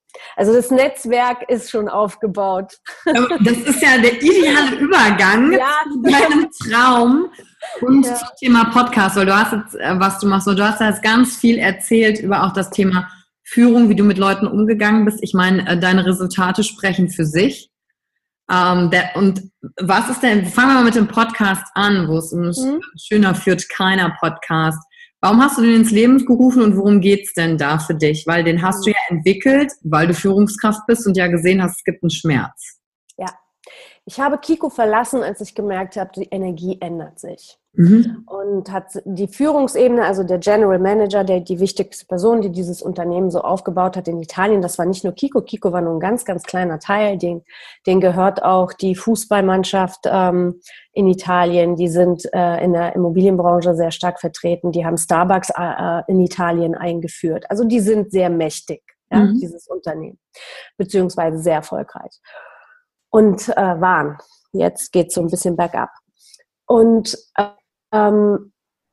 [SPEAKER 2] Also das Netzwerk ist schon aufgebaut.
[SPEAKER 1] Das ist ja der ideale Übergang
[SPEAKER 2] ja.
[SPEAKER 1] zu deinem Traum und
[SPEAKER 2] ja.
[SPEAKER 1] zum Thema Podcast, weil du hast jetzt, was du machst, du hast jetzt ganz viel erzählt über auch das Thema Führung, wie du mit Leuten umgegangen bist. Ich meine, deine Resultate sprechen für sich. Ähm, der, und was ist denn, fangen wir mal mit dem Podcast an, wo es um mhm. schöner führt keiner Podcast. Warum hast du den ins Leben gerufen und worum geht's denn da für dich? Weil den hast du ja entwickelt, weil du Führungskraft bist und ja gesehen hast, es gibt einen Schmerz.
[SPEAKER 2] Ja, ich habe Kiko verlassen, als ich gemerkt habe, die Energie ändert sich.
[SPEAKER 1] Mhm.
[SPEAKER 2] Und hat die Führungsebene, also der General Manager, der die wichtigste Person, die dieses Unternehmen so aufgebaut hat in Italien, das war nicht nur Kiko, Kiko war nur ein ganz, ganz kleiner Teil, den, den gehört auch die Fußballmannschaft ähm, in Italien, die sind äh, in der Immobilienbranche sehr stark vertreten, die haben Starbucks äh, in Italien eingeführt, also die sind sehr mächtig, ja, mhm. dieses Unternehmen, beziehungsweise sehr erfolgreich und äh, waren. Jetzt geht es so ein bisschen bergab. Und ähm,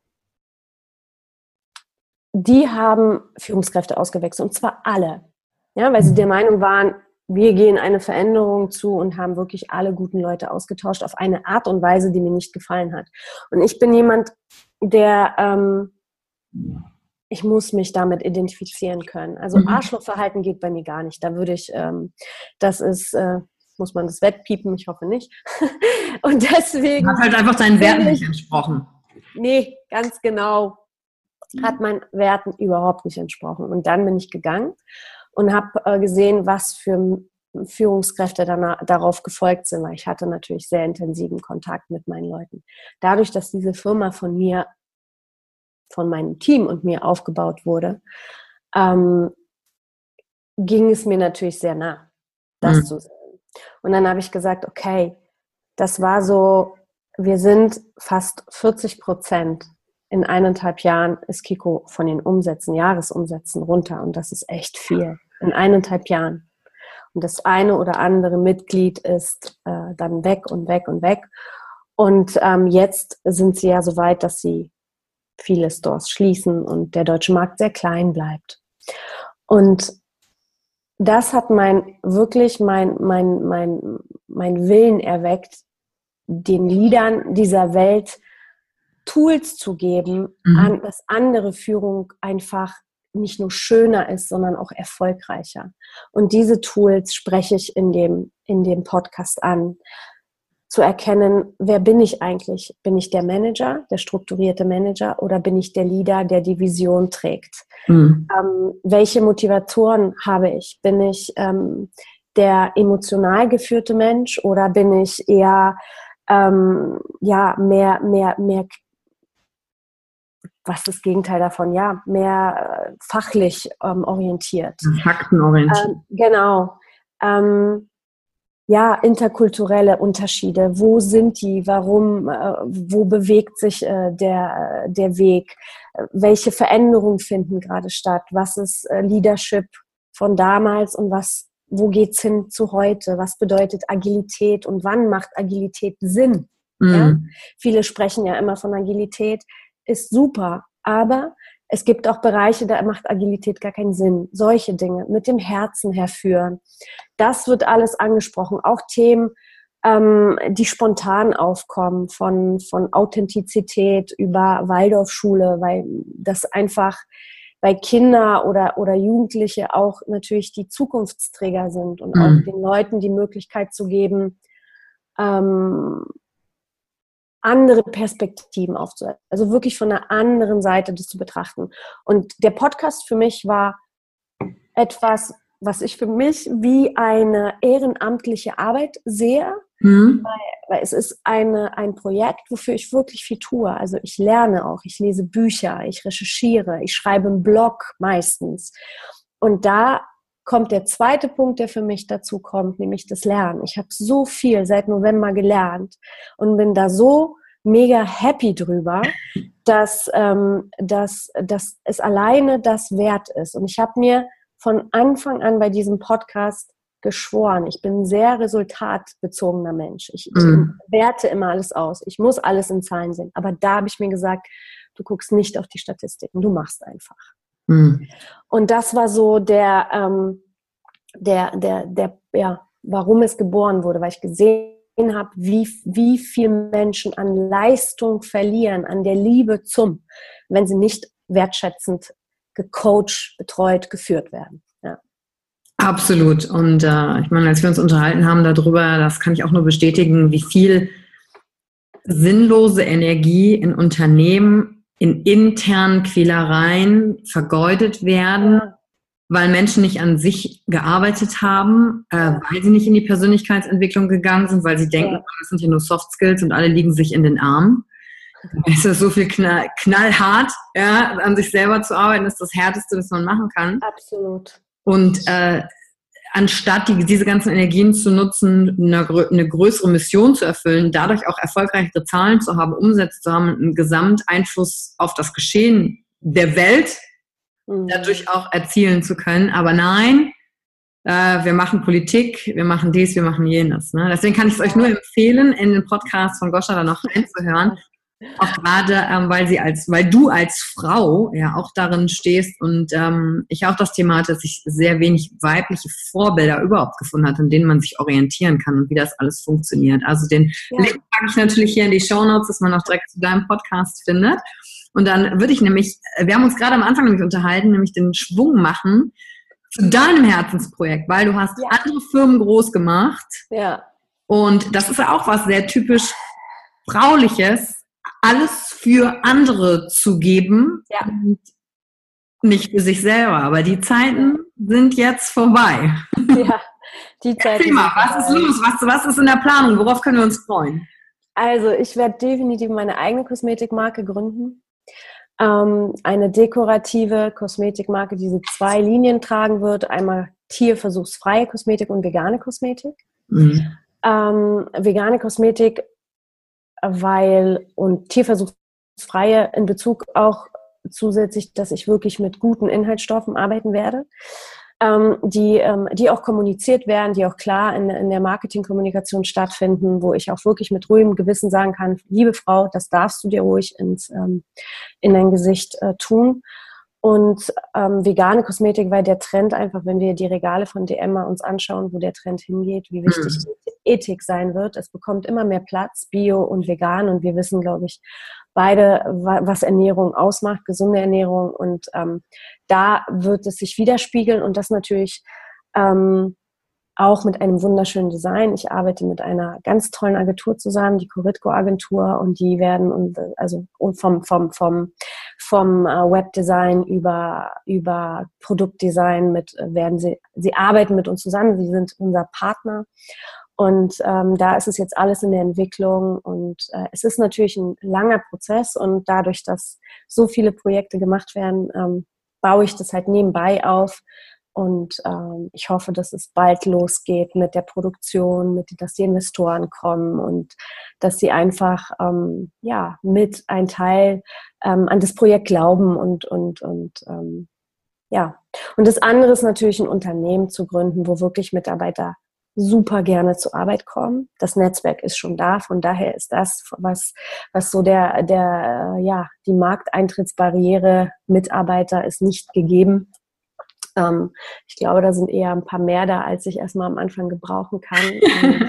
[SPEAKER 2] die haben Führungskräfte ausgewechselt, und zwar alle. Ja, weil sie der Meinung waren, wir gehen eine Veränderung zu und haben wirklich alle guten Leute ausgetauscht auf eine Art und Weise, die mir nicht gefallen hat. Und ich bin jemand, der, ähm, ich muss mich damit identifizieren können. Also mhm. Arschlochverhalten geht bei mir gar nicht. Da würde ich, ähm, das ist... Äh, muss man das wettpiepen? Ich hoffe nicht. Und deswegen...
[SPEAKER 1] Hat halt einfach deinen Werten nicht entsprochen.
[SPEAKER 2] Nee, ganz genau. Hat meinen Werten überhaupt nicht entsprochen. Und dann bin ich gegangen und habe äh, gesehen, was für Führungskräfte danach, darauf gefolgt sind, weil ich hatte natürlich sehr intensiven Kontakt mit meinen Leuten. Dadurch, dass diese Firma von mir, von meinem Team und mir aufgebaut wurde, ähm, ging es mir natürlich sehr nah, das mhm. zu sehen. Und dann habe ich gesagt, okay, das war so, wir sind fast vierzig Prozent in eineinhalb Jahren ist Kiko von den Umsätzen, Jahresumsätzen runter. Und das ist echt viel. In eineinhalb Jahren. Und das eine oder andere Mitglied ist äh, dann weg und weg und weg. Und ähm, jetzt sind sie ja so weit, dass sie viele Stores schließen und der deutsche Markt sehr klein bleibt. Und das hat mein, wirklich mein, mein, mein, mein Willen erweckt, den Leadern dieser Welt Tools zu geben, mhm. an, dass andere Führung einfach nicht nur schöner ist, sondern auch erfolgreicher. Und diese Tools spreche ich in dem, in dem Podcast an. Zu erkennen, wer bin ich eigentlich? Bin ich der Manager, der strukturierte Manager, oder bin ich der Leader, der die Vision trägt? Mhm. Ähm, welche Motivatoren habe ich? Bin ich ähm, der emotional geführte Mensch oder bin ich eher ähm, ja, mehr, mehr, mehr, was ist das Gegenteil davon? Ja, mehr äh, fachlich ähm, orientiert.
[SPEAKER 1] Faktenorientiert.
[SPEAKER 2] Ähm, genau. Ähm, Ja, interkulturelle Unterschiede. Wo sind die? Warum? Äh, wo bewegt sich äh, der, der Weg? Äh, welche Veränderungen finden gerade statt? Was ist äh, Leadership von damals und was, wo geht's hin zu heute? Was bedeutet Agilität und wann macht Agilität Sinn? Mhm. Ja? Viele sprechen ja immer von Agilität, ist super, aber es gibt auch Bereiche, da macht Agilität gar keinen Sinn. Solche Dinge mit dem Herzen herführen. Das wird alles angesprochen. Auch Themen, ähm, die spontan aufkommen, von, von Authentizität über Waldorfschule, weil das einfach, weil Kinder oder, oder Jugendliche auch natürlich die Zukunftsträger sind und mhm. auch den Leuten die Möglichkeit zu geben, ähm, andere Perspektiven aufzuhalten. Also wirklich von einer anderen Seite das zu betrachten. Und der Podcast für mich war etwas, was ich für mich wie eine ehrenamtliche Arbeit sehe, mhm. weil, weil es ist eine, ein Projekt, wofür ich wirklich viel tue. Also ich lerne auch, ich lese Bücher, ich recherchiere, ich schreibe einen Blog meistens. Und da kommt der zweite Punkt, der für mich dazu kommt, nämlich das Lernen. Ich habe so viel seit November gelernt und bin da so mega happy drüber, dass, ähm, dass, dass es alleine das wert ist. Und ich habe mir von Anfang an bei diesem Podcast geschworen, ich bin ein sehr resultatbezogener Mensch. Ich, mhm. ich werte immer alles aus. Ich muss alles in Zahlen sehen. Aber da habe ich mir gesagt, du guckst nicht auf die Statistiken, du machst einfach. Mhm. Und das war so der, ähm, der, der, der, ja, warum es geboren wurde, weil ich gesehen habe, wie, wie viel Menschen an Leistung verlieren, an der Liebe zum, wenn sie nicht wertschätzend gecoacht, betreut, geführt werden. Ja.
[SPEAKER 1] Absolut. Und äh, ich meine, als wir uns unterhalten haben darüber, das kann ich auch nur bestätigen, wie viel sinnlose Energie in Unternehmen, in internen Quälereien vergeudet werden, ja. weil Menschen nicht an sich gearbeitet haben, äh, ja. weil sie nicht in die Persönlichkeitsentwicklung gegangen sind, weil sie denken, ja. das sind hier nur Soft Skills und alle liegen sich in den Armen. Es ist so viel knall, knallhart, ja, an sich selber zu arbeiten, ist das Härteste, was man machen kann.
[SPEAKER 2] Absolut.
[SPEAKER 1] Und äh, anstatt die, diese ganzen Energien zu nutzen, eine, eine größere Mission zu erfüllen, dadurch auch erfolgreichere Zahlen zu haben, Umsätze zu haben, einen Gesamteinfluss auf das Geschehen der Welt mhm. dadurch auch erzielen zu können. Aber nein, äh, wir machen Politik, wir machen dies, wir machen jenes. Ne? Deswegen kann ich es euch nur empfehlen, in den Podcast von Goscha da noch reinzuhören. Auch gerade, ähm, weil sie als, weil du als Frau ja auch darin stehst und ähm, ich auch das Thema hatte, dass ich sehr wenig weibliche Vorbilder überhaupt gefunden hatte, an denen man sich orientieren kann und wie das alles funktioniert. Also den ja. Link packe ich natürlich hier in die Shownotes, dass man auch direkt zu deinem Podcast findet. Und dann würde ich nämlich, wir haben uns gerade am Anfang nämlich unterhalten, nämlich den Schwung machen zu deinem Herzensprojekt, weil du hast ja. andere Firmen groß gemacht.
[SPEAKER 2] Ja.
[SPEAKER 1] Und das ist ja auch was sehr typisch Frauliches, alles für andere zu geben
[SPEAKER 2] ja.
[SPEAKER 1] und nicht für sich selber. Aber die Zeiten sind jetzt vorbei.
[SPEAKER 2] Ja, die Zeiten.
[SPEAKER 1] Erzähl mal, was ist los? Was, was ist in der Planung? Worauf können wir uns freuen?
[SPEAKER 2] Also ich werde definitiv meine eigene Kosmetikmarke gründen. Ähm, eine dekorative Kosmetikmarke, die so zwei Linien tragen wird. Einmal tierversuchsfreie Kosmetik und vegane Kosmetik. Mhm. Ähm, vegane Kosmetik weil und tierversuchsfreie in Bezug auch zusätzlich, dass ich wirklich mit guten Inhaltsstoffen arbeiten werde, ähm, die, ähm, die auch kommuniziert werden, die auch klar in, in der Marketingkommunikation stattfinden, wo ich auch wirklich mit ruhigem Gewissen sagen kann, liebe Frau, das darfst du dir ruhig ins, ähm, in dein Gesicht äh, tun. Und ähm, vegane Kosmetik, weil der Trend einfach, wenn wir die Regale von D M mal uns anschauen, wo der Trend hingeht, wie wichtig mhm. Ethik sein wird. Es bekommt immer mehr Platz, Bio und vegan. Und wir wissen, glaube ich, beide, was Ernährung ausmacht, gesunde Ernährung. Und ähm, da wird es sich widerspiegeln und das natürlich ähm, auch mit einem wunderschönen Design. Ich arbeite mit einer ganz tollen Agentur zusammen, die Coritco Agentur, und die werden also vom vom vom vom Webdesign über über Produktdesign mit werden sie sie arbeiten mit uns zusammen. Sie sind unser Partner. Und ähm, da ist es jetzt alles in der Entwicklung und äh, es ist natürlich ein langer Prozess und dadurch, dass so viele Projekte gemacht werden, ähm, baue ich das halt nebenbei auf. Und ähm, ich hoffe, dass es bald losgeht mit der Produktion, mit, dass die Investoren kommen und dass sie einfach ähm, ja, mit ein Teil ähm, an das Projekt glauben. Und, und, und ähm, ja. Und das andere ist natürlich, ein Unternehmen zu gründen, wo wirklich Mitarbeiter super gerne zur Arbeit kommen. Das Netzwerk ist schon da, von daher ist das, was, was so der, der, ja, die Markteintrittsbarriere Mitarbeiter ist nicht gegeben. Ähm, ich glaube, da sind eher ein paar mehr da, als ich erstmal am Anfang gebrauchen kann.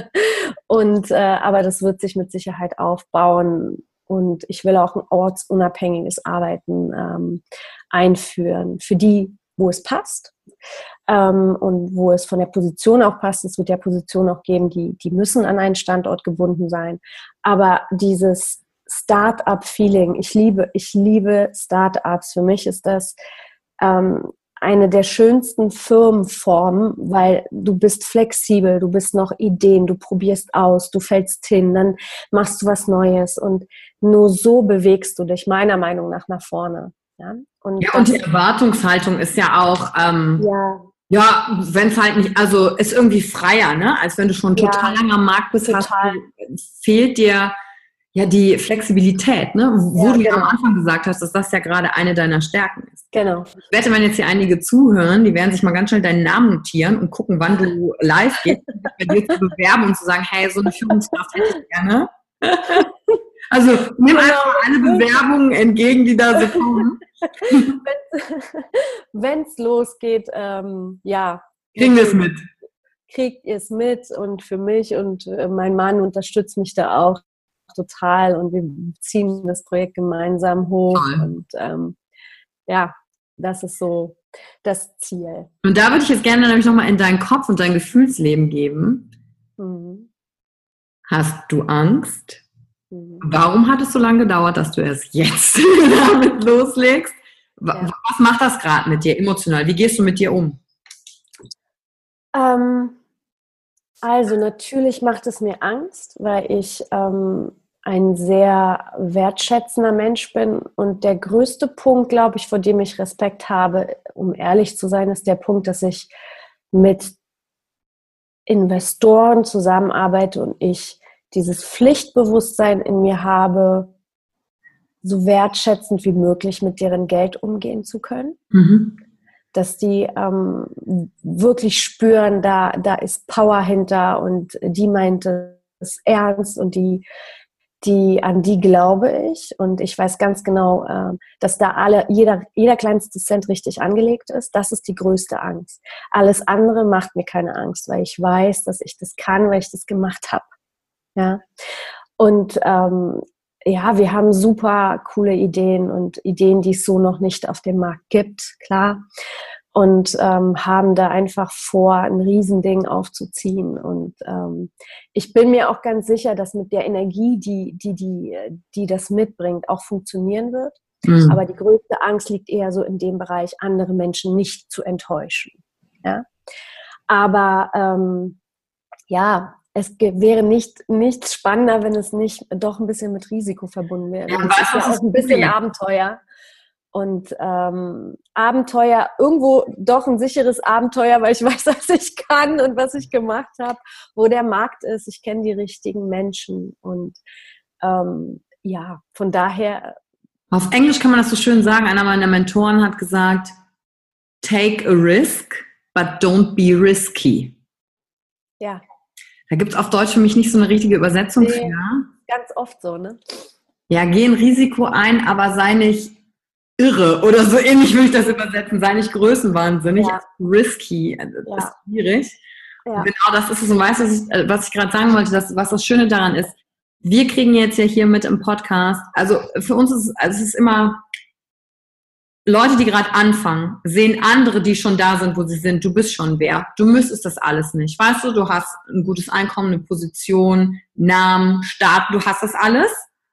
[SPEAKER 2] Und, äh, aber das wird sich mit Sicherheit aufbauen. Und ich will auch ein ortsunabhängiges Arbeiten ähm, einführen, für die, wo es passt. Ähm, und wo es von der Position auch passt. Es wird ja Positionen auch geben, die, die müssen an einen Standort gebunden sein. Aber dieses Start-up-Feeling, ich liebe, ich liebe Start-ups. Für mich ist das ähm, eine der schönsten Firmenformen, weil du bist flexibel, du bist noch Ideen, du probierst aus, du fällst hin, dann machst du was Neues und nur so bewegst du dich meiner Meinung nach nach vorne. Ja, und,
[SPEAKER 1] ja, und die Erwartungshaltung ist ja auch, ähm,
[SPEAKER 2] ja,
[SPEAKER 1] ja wenn es halt nicht, also ist irgendwie freier, ne? Als wenn du schon
[SPEAKER 2] Ja,
[SPEAKER 1] total lange am Markt bist, hast,
[SPEAKER 2] total.
[SPEAKER 1] fehlt dir ja die Flexibilität, ne? Wo
[SPEAKER 2] Ja,
[SPEAKER 1] du ja
[SPEAKER 2] genau.
[SPEAKER 1] am Anfang gesagt hast, dass das ja gerade eine deiner Stärken ist.
[SPEAKER 2] Genau.
[SPEAKER 1] Ich wette, wenn jetzt hier einige zuhören, die werden sich mal ganz schnell deinen Namen notieren und gucken, wann du live gehst, um dich bei dir zu bewerben und zu sagen, hey, so eine Führungskraft hätte ich gerne. Also nimm einfach alle Bewerbungen entgegen, die da so kommen.
[SPEAKER 2] Wenn es losgeht, ähm, ja,
[SPEAKER 1] Kriegen wir es mit.
[SPEAKER 2] Kriegt ihr es mit und für mich und äh, mein Mann unterstützt mich da auch total und wir ziehen das Projekt gemeinsam hoch
[SPEAKER 1] Toll.
[SPEAKER 2] und ähm, ja, das ist so das Ziel.
[SPEAKER 1] Und da würde ich jetzt gerne nämlich nochmal in deinen Kopf und dein Gefühlsleben geben.
[SPEAKER 2] Mhm.
[SPEAKER 1] Hast du Angst?
[SPEAKER 2] Mhm.
[SPEAKER 1] Warum hat es so lange gedauert, dass du erst jetzt damit loslegst? Ja. Was macht das gerade mit dir emotional? Wie gehst du mit dir um?
[SPEAKER 2] Ähm, also natürlich macht es mir Angst, weil ich ähm, ein sehr wertschätzender Mensch bin und der größte Punkt, glaube ich, vor dem ich Respekt habe, um ehrlich zu sein, ist der Punkt, dass ich mit Investoren zusammenarbeite und ich dieses Pflichtbewusstsein in mir habe, so wertschätzend wie möglich mit deren Geld umgehen zu können. Mhm. Dass die ähm, wirklich spüren, da, da ist Power hinter und die meint es ernst und die, die, an die glaube ich. Und ich weiß ganz genau, äh, dass da alle, jeder, jeder kleinste Cent richtig angelegt ist. Das ist die größte Angst. Alles andere macht mir keine Angst, weil ich weiß, dass ich das kann, weil ich das gemacht habe. Ja. Und ähm, ja, wir haben super coole Ideen und Ideen, die es so noch nicht auf dem Markt gibt, klar. Und ähm, haben da einfach vor, ein Riesending aufzuziehen. Und ähm, ich bin mir auch ganz sicher, dass mit der Energie, die, die, die, die das mitbringt, auch funktionieren wird. Mhm. Aber die größte Angst liegt eher so in dem Bereich, andere Menschen nicht zu enttäuschen. Ja? Aber ähm, ja, es wäre nicht, nicht spannender, wenn es nicht doch ein bisschen mit Risiko verbunden wäre.
[SPEAKER 1] Ja,
[SPEAKER 2] das ist ja auch ein bisschen Abenteuer. Und ähm, Abenteuer, irgendwo doch ein sicheres Abenteuer, weil ich weiß, was ich kann und was ich gemacht habe, wo der Markt ist. Ich kenne die richtigen Menschen. Und ähm, ja, von daher...
[SPEAKER 1] Auf Englisch kann man das so schön sagen. Einer meiner Mentoren hat gesagt, take a risk, but don't be risky.
[SPEAKER 2] Ja.
[SPEAKER 1] Da gibt es auf Deutsch für mich nicht so eine richtige Übersetzung
[SPEAKER 2] nee,
[SPEAKER 1] für.
[SPEAKER 2] Ganz oft so, ne?
[SPEAKER 1] Ja, geh ein Risiko ein, aber sei nicht irre oder so ähnlich würde ich das übersetzen. Sei nicht größenwahnsinnig,
[SPEAKER 2] ja.
[SPEAKER 1] risky. Das ja. ist schwierig. Ja. Und genau das ist es. Und weißt du, was ich, was ich gerade sagen wollte, dass, was das Schöne daran ist, wir kriegen jetzt ja hier mit im Podcast, also für uns ist es, also es ist immer... Leute, die gerade anfangen, sehen andere, die schon da sind, wo sie sind. Du bist schon wer. Du müsstest das alles nicht. Weißt du, du hast ein gutes Einkommen, eine Position, Namen, Staat, du hast das alles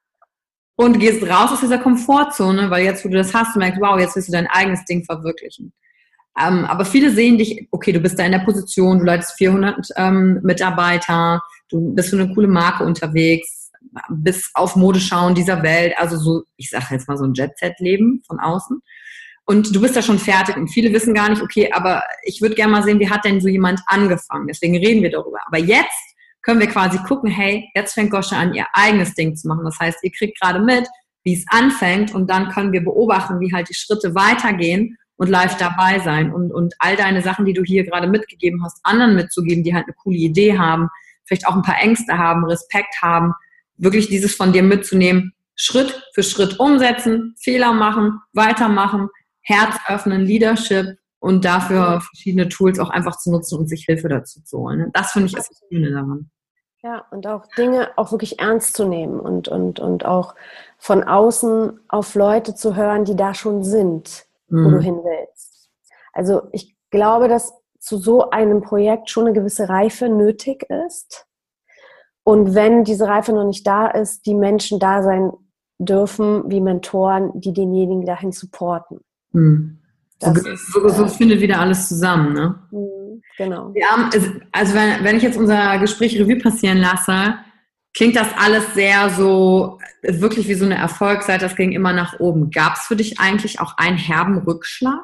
[SPEAKER 1] und gehst raus aus dieser Komfortzone, weil jetzt, wo du das hast, du merkst, wow, jetzt willst du dein eigenes Ding verwirklichen. Ähm, aber viele sehen dich, okay, du bist da in der Position, du leitest vierhundert ähm, Mitarbeiter, du bist für eine coole Marke unterwegs, bist auf Modeschauen dieser Welt, also so, ich sage jetzt mal so ein Jet-Set-Leben von außen. Und du bist da schon fertig und viele wissen gar nicht, okay, aber ich würde gerne mal sehen, wie hat denn so jemand angefangen? Deswegen reden wir darüber. Aber jetzt können wir quasi gucken, hey, jetzt fängt Goscha an, ihr eigenes Ding zu machen. Das heißt, ihr kriegt gerade mit, wie es anfängt und dann können wir beobachten, wie halt die Schritte weitergehen und live dabei sein und, und all deine Sachen, die du hier gerade mitgegeben hast, anderen mitzugeben, die halt eine coole Idee haben, vielleicht auch ein paar Ängste haben, Respekt haben, wirklich dieses von dir mitzunehmen, Schritt für Schritt umsetzen, Fehler machen, weitermachen, Herz öffnen, Leadership und dafür verschiedene Tools auch einfach zu nutzen und sich Hilfe dazu zu holen. Das finde ich ist das Schöne daran.
[SPEAKER 2] Ja, und auch Dinge auch wirklich ernst zu nehmen und, und, und auch von außen auf Leute zu hören, die da schon sind, mhm. wo du hin willst. Also ich glaube, dass zu so einem Projekt schon eine gewisse Reife nötig ist. Und wenn diese Reife noch nicht da ist, die Menschen da sein dürfen, wie Mentoren, die denjenigen dahin supporten.
[SPEAKER 1] Hm. So, ist, so, so äh, findet wieder alles zusammen, ne?
[SPEAKER 2] Genau.
[SPEAKER 1] Ja, also wenn, wenn ich jetzt unser Gespräch Revue passieren lasse, klingt das alles sehr so, wirklich wie so eine Erfolgsseite, das ging immer nach oben. Gab es für dich eigentlich auch einen herben Rückschlag?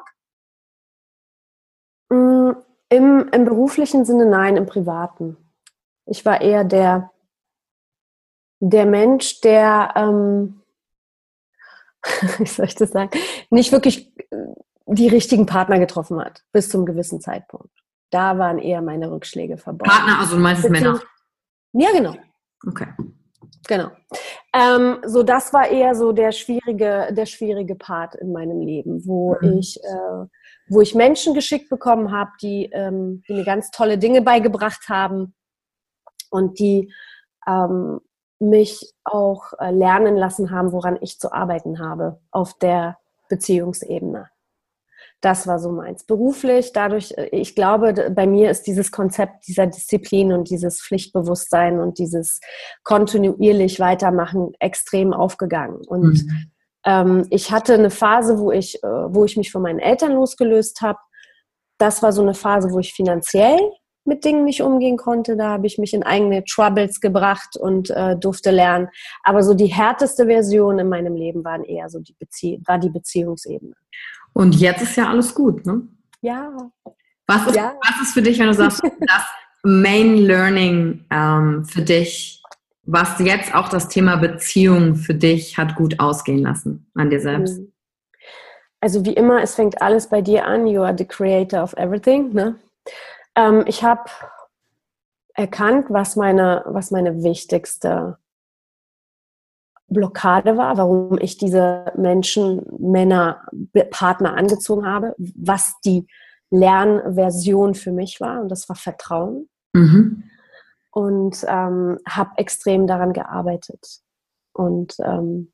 [SPEAKER 2] Im, im beruflichen Sinne nein, im privaten. Ich war eher der, der Mensch, der, ähm, wie soll ich das sagen, nicht wirklich die richtigen Partner getroffen hat, bis zum gewissen Zeitpunkt. Da waren eher meine Rückschläge verborgen.
[SPEAKER 1] Partner, also du meinst es Männer?
[SPEAKER 2] Ja, genau.
[SPEAKER 1] Okay.
[SPEAKER 2] Genau. Ähm, so, das war eher so der schwierige, der schwierige Part in meinem Leben, wo mhm. ich äh, wo ich Menschen geschickt bekommen habe, die, ähm, die mir ganz tolle Dinge beigebracht haben und die ähm, mich auch äh, lernen lassen haben, woran ich zu arbeiten habe auf der Beziehungsebene. Das war so meins. Beruflich, dadurch, ich glaube, bei mir ist dieses Konzept dieser Disziplin und dieses Pflichtbewusstsein und dieses kontinuierlich Weitermachen extrem aufgegangen. Und mhm. ähm, ich hatte eine Phase, wo ich, äh, wo ich mich von meinen Eltern losgelöst habe. Das war so eine Phase, wo ich finanziell mit Dingen nicht umgehen konnte. Da habe ich mich in eigene Troubles gebracht und äh, durfte lernen. Aber so die härteste Version in meinem Leben waren eher so die Bezie- war die Beziehungsebene.
[SPEAKER 1] Und jetzt ist ja alles gut, ne?
[SPEAKER 2] Ja.
[SPEAKER 1] Was ist,
[SPEAKER 2] ja.
[SPEAKER 1] was ist für dich, wenn du sagst, das Main Learning ähm, für dich, was jetzt auch das Thema Beziehung für dich hat gut ausgehen lassen an dir selbst?
[SPEAKER 2] Also wie immer, es fängt alles bei dir an. You are the creator of everything, ne? Ähm, ich habe erkannt, was meine, was meine wichtigste Blockade war, warum ich diese Menschen, Männer, Partner angezogen habe, was die Lernversion für mich war, und das war Vertrauen. Mhm. Und ähm, habe extrem daran gearbeitet. Und ähm,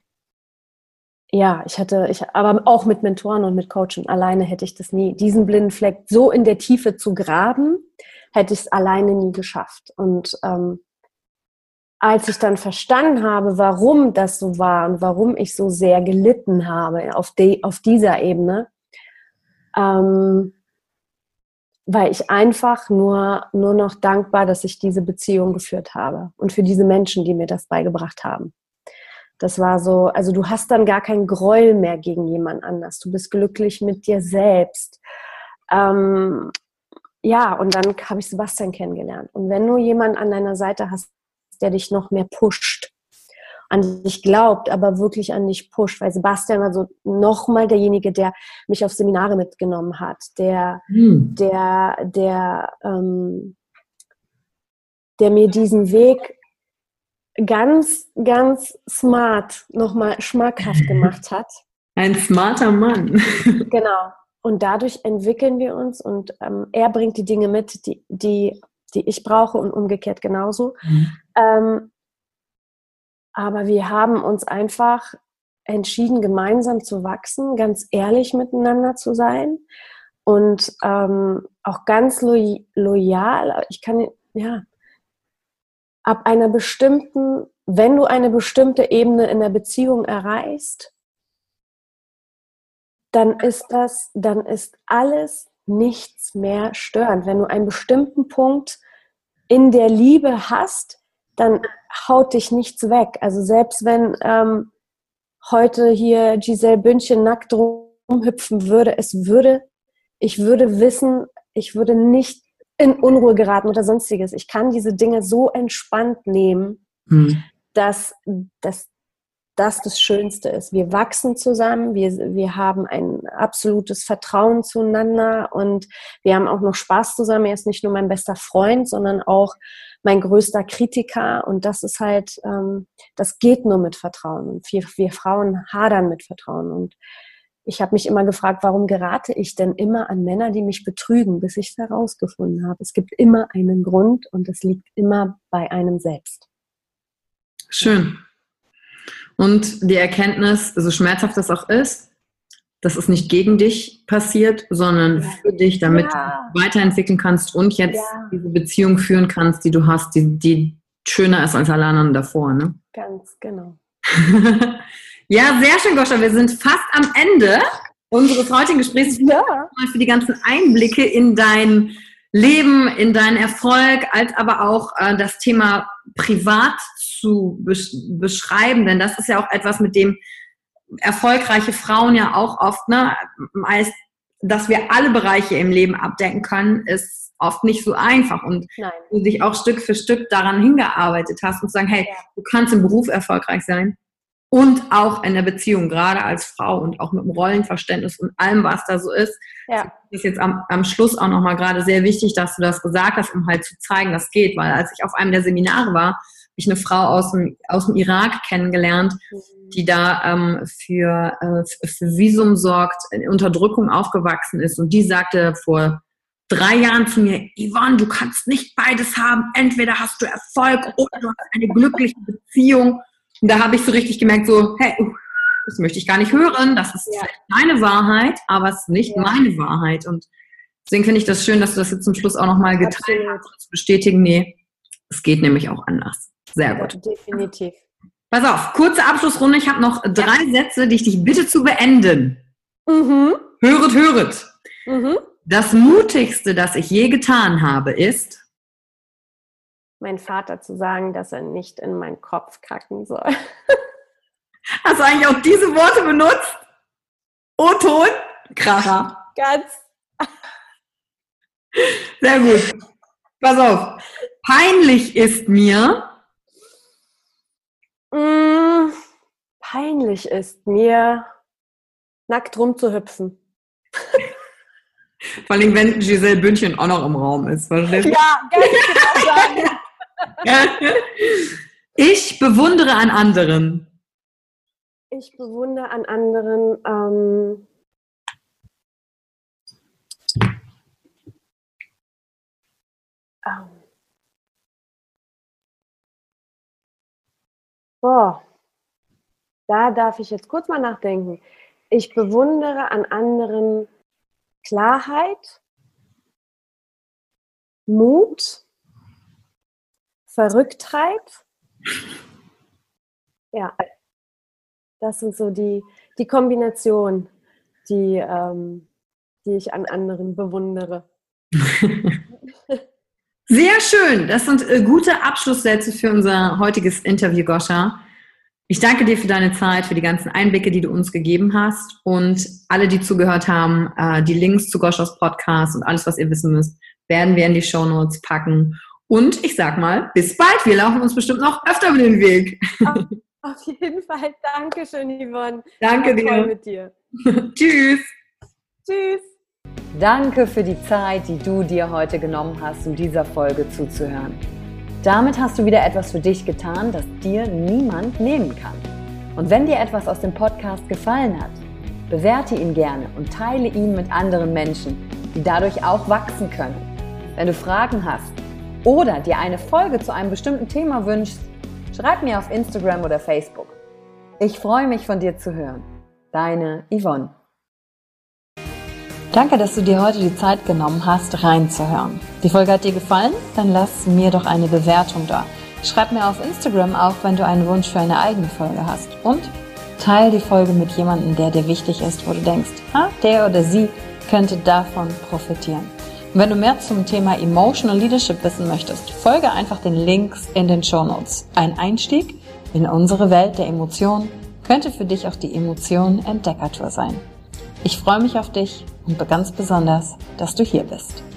[SPEAKER 2] ja, ich hatte, ich, aber auch mit Mentoren und mit Coachen, alleine hätte ich das nie, diesen blinden Fleck so in der Tiefe zu graben, hätte ich es alleine nie geschafft. Und ähm, als ich dann verstanden habe, warum das so war und warum ich so sehr gelitten habe auf, de, auf dieser Ebene, ähm, war ich einfach nur, nur noch dankbar, dass ich diese Beziehung geführt habe und für diese Menschen, die mir das beigebracht haben. Das war so, also du hast dann gar keinen Groll mehr gegen jemand anders. Du bist glücklich mit dir selbst. Ähm, ja, und dann habe ich Sebastian kennengelernt. Und wenn du jemanden an deiner Seite hast, der dich noch mehr pusht, an dich glaubt, aber wirklich an dich pusht, weil Sebastian war so nochmal derjenige, der mich auf Seminare mitgenommen hat, der, hm. der, der, ähm, der mir diesen Weg ganz, ganz smart nochmal schmackhaft gemacht hat.
[SPEAKER 1] Ein smarter Mann.
[SPEAKER 2] Genau. Und dadurch entwickeln wir uns und ähm, er bringt die Dinge mit, die, die, die ich brauche und umgekehrt genauso. Mhm. Ähm, aber wir haben uns einfach entschieden, gemeinsam zu wachsen, ganz ehrlich miteinander zu sein und ähm, auch ganz lo- loyal. Ich kann, ja, ab einer bestimmten, wenn du eine bestimmte Ebene in der Beziehung erreichst, dann ist das, dann ist alles nichts mehr störend. Wenn du einen bestimmten Punkt in der Liebe hast, dann haut dich nichts weg. Also selbst wenn ähm, heute hier Giselle Bündchen nackt rumhüpfen würde, es würde, ich würde wissen, ich würde nicht in Unruhe geraten oder sonstiges. Ich kann diese Dinge so entspannt nehmen, hm. dass, dass das das Schönste ist. Wir wachsen zusammen, wir, wir haben ein absolutes Vertrauen zueinander und wir haben auch noch Spaß zusammen. Er ist nicht nur mein bester Freund, sondern auch mein größter Kritiker und das ist halt, ähm, das geht nur mit Vertrauen und wir, wir Frauen hadern mit Vertrauen und ich habe mich immer gefragt, warum gerate ich denn immer an Männer, die mich betrügen, bis ich es herausgefunden habe. Es gibt immer einen Grund und es liegt immer bei einem selbst.
[SPEAKER 1] Schön. Und die Erkenntnis, so schmerzhaft das auch ist, dass es nicht gegen dich passiert, sondern ja. für dich, damit ja. du weiterentwickeln kannst und jetzt ja. diese Beziehung führen kannst, die du hast, die, die schöner ist als alle anderen davor. Ne?
[SPEAKER 2] Ganz genau.
[SPEAKER 1] Ja, sehr schön, Goscha. Wir sind fast am Ende unseres heutigen Gesprächs.
[SPEAKER 2] Ja.
[SPEAKER 1] Mal für die ganzen Einblicke in dein Leben, in deinen Erfolg, als aber auch äh, das Thema privat zu besch- beschreiben, denn das ist ja auch etwas, mit dem erfolgreiche Frauen ja auch oft, ne, als dass wir alle Bereiche im Leben abdecken können, ist oft nicht so einfach und Nein. du dich auch Stück für Stück daran hingearbeitet hast und zu sagen, hey, ja. du kannst im Beruf erfolgreich sein und auch in der Beziehung, gerade als Frau und auch mit dem Rollenverständnis und allem, was da so ist.
[SPEAKER 2] Ja.
[SPEAKER 1] Das ist jetzt am, am Schluss auch nochmal gerade sehr wichtig, dass du das gesagt hast, um halt zu zeigen, dass geht, weil als ich auf einem der Seminare war, ich eine Frau aus dem, aus dem Irak kennengelernt, die da ähm, für, äh, für Visum sorgt, in Unterdrückung aufgewachsen ist. Und die sagte vor drei Jahren zu mir, Yvonne, du kannst nicht beides haben. Entweder hast du Erfolg oder du hast eine glückliche Beziehung. Und da habe ich so richtig gemerkt, so, hey, das möchte ich gar nicht hören. Das ist ja vielleicht deine Wahrheit, aber es ist nicht ja. meine Wahrheit. Und deswegen finde ich das schön, dass du das jetzt zum Schluss auch nochmal geteilt hast, um zu bestätigen, nee, es geht nämlich auch anders. Sehr gut.
[SPEAKER 2] Ja, definitiv.
[SPEAKER 1] Pass auf, kurze Abschlussrunde. Ich habe noch drei ja. Sätze, die ich dich bitte zu beenden.
[SPEAKER 2] Mhm.
[SPEAKER 1] Höret, höret.
[SPEAKER 2] Mhm.
[SPEAKER 1] Das Mutigste, das ich je getan habe, ist,
[SPEAKER 2] mein Vater zu sagen, dass er nicht in meinen Kopf kacken soll.
[SPEAKER 1] Hast du eigentlich auch diese Worte benutzt? O-Ton? Krass.
[SPEAKER 2] Ganz.
[SPEAKER 1] Sehr gut. Pass auf. Peinlich ist mir,
[SPEAKER 2] Mm, peinlich ist mir, nackt rumzuhüpfen.
[SPEAKER 1] Vor allem, wenn Giselle Bündchen auch noch im Raum ist. Verstehst du?
[SPEAKER 2] Ja, ganz genau sagen.
[SPEAKER 1] Ich bewundere an anderen.
[SPEAKER 2] Ich bewundere an anderen, ähm, ähm, Boah, da darf ich jetzt kurz mal nachdenken. Ich bewundere an anderen Klarheit, Mut, Verrücktheit. Ja, das sind so die, die Kombinationen, die, ähm, die ich an anderen bewundere.
[SPEAKER 1] Sehr schön. Das sind äh, gute Abschlusssätze für unser heutiges Interview, Goscha. Ich danke dir für deine Zeit, für die ganzen Einblicke, die du uns gegeben hast. Und alle, die zugehört haben, äh, die Links zu Goschas Podcast und alles, was ihr wissen müsst, werden wir in die Shownotes packen. Und ich sag mal, bis bald. Wir laufen uns bestimmt noch öfter über den Weg.
[SPEAKER 2] Auf, auf jeden Fall. Dankeschön, Yvonne.
[SPEAKER 1] Danke dir.
[SPEAKER 2] Toll mit dir.
[SPEAKER 1] Tschüss.
[SPEAKER 2] Tschüss.
[SPEAKER 3] Danke für die Zeit, die du dir heute genommen hast, um dieser Folge zuzuhören. Damit hast du wieder etwas für dich getan, das dir niemand nehmen kann. Und wenn dir etwas aus dem Podcast gefallen hat, bewerte ihn gerne und teile ihn mit anderen Menschen, die dadurch auch wachsen können. Wenn du Fragen hast oder dir eine Folge zu einem bestimmten Thema wünschst, schreib mir auf Instagram oder Facebook. Ich freue mich, von dir zu hören. Deine Yvonne.
[SPEAKER 1] Danke, dass du dir heute die Zeit genommen hast, reinzuhören. Die Folge hat dir gefallen? Dann lass mir doch eine Bewertung da. Schreib mir auf Instagram auch, wenn du einen Wunsch für eine eigene Folge hast. Und teile die Folge mit jemandem, der dir wichtig ist, wo du denkst, ha, der oder sie könnte davon profitieren. Und wenn du mehr zum Thema Emotional Leadership wissen möchtest, folge einfach den Links in den Shownotes. Ein Einstieg in unsere Welt der Emotionen könnte für dich auch die Emotionen Entdeckertour sein. Ich freue mich auf dich und ganz besonders, dass du hier bist.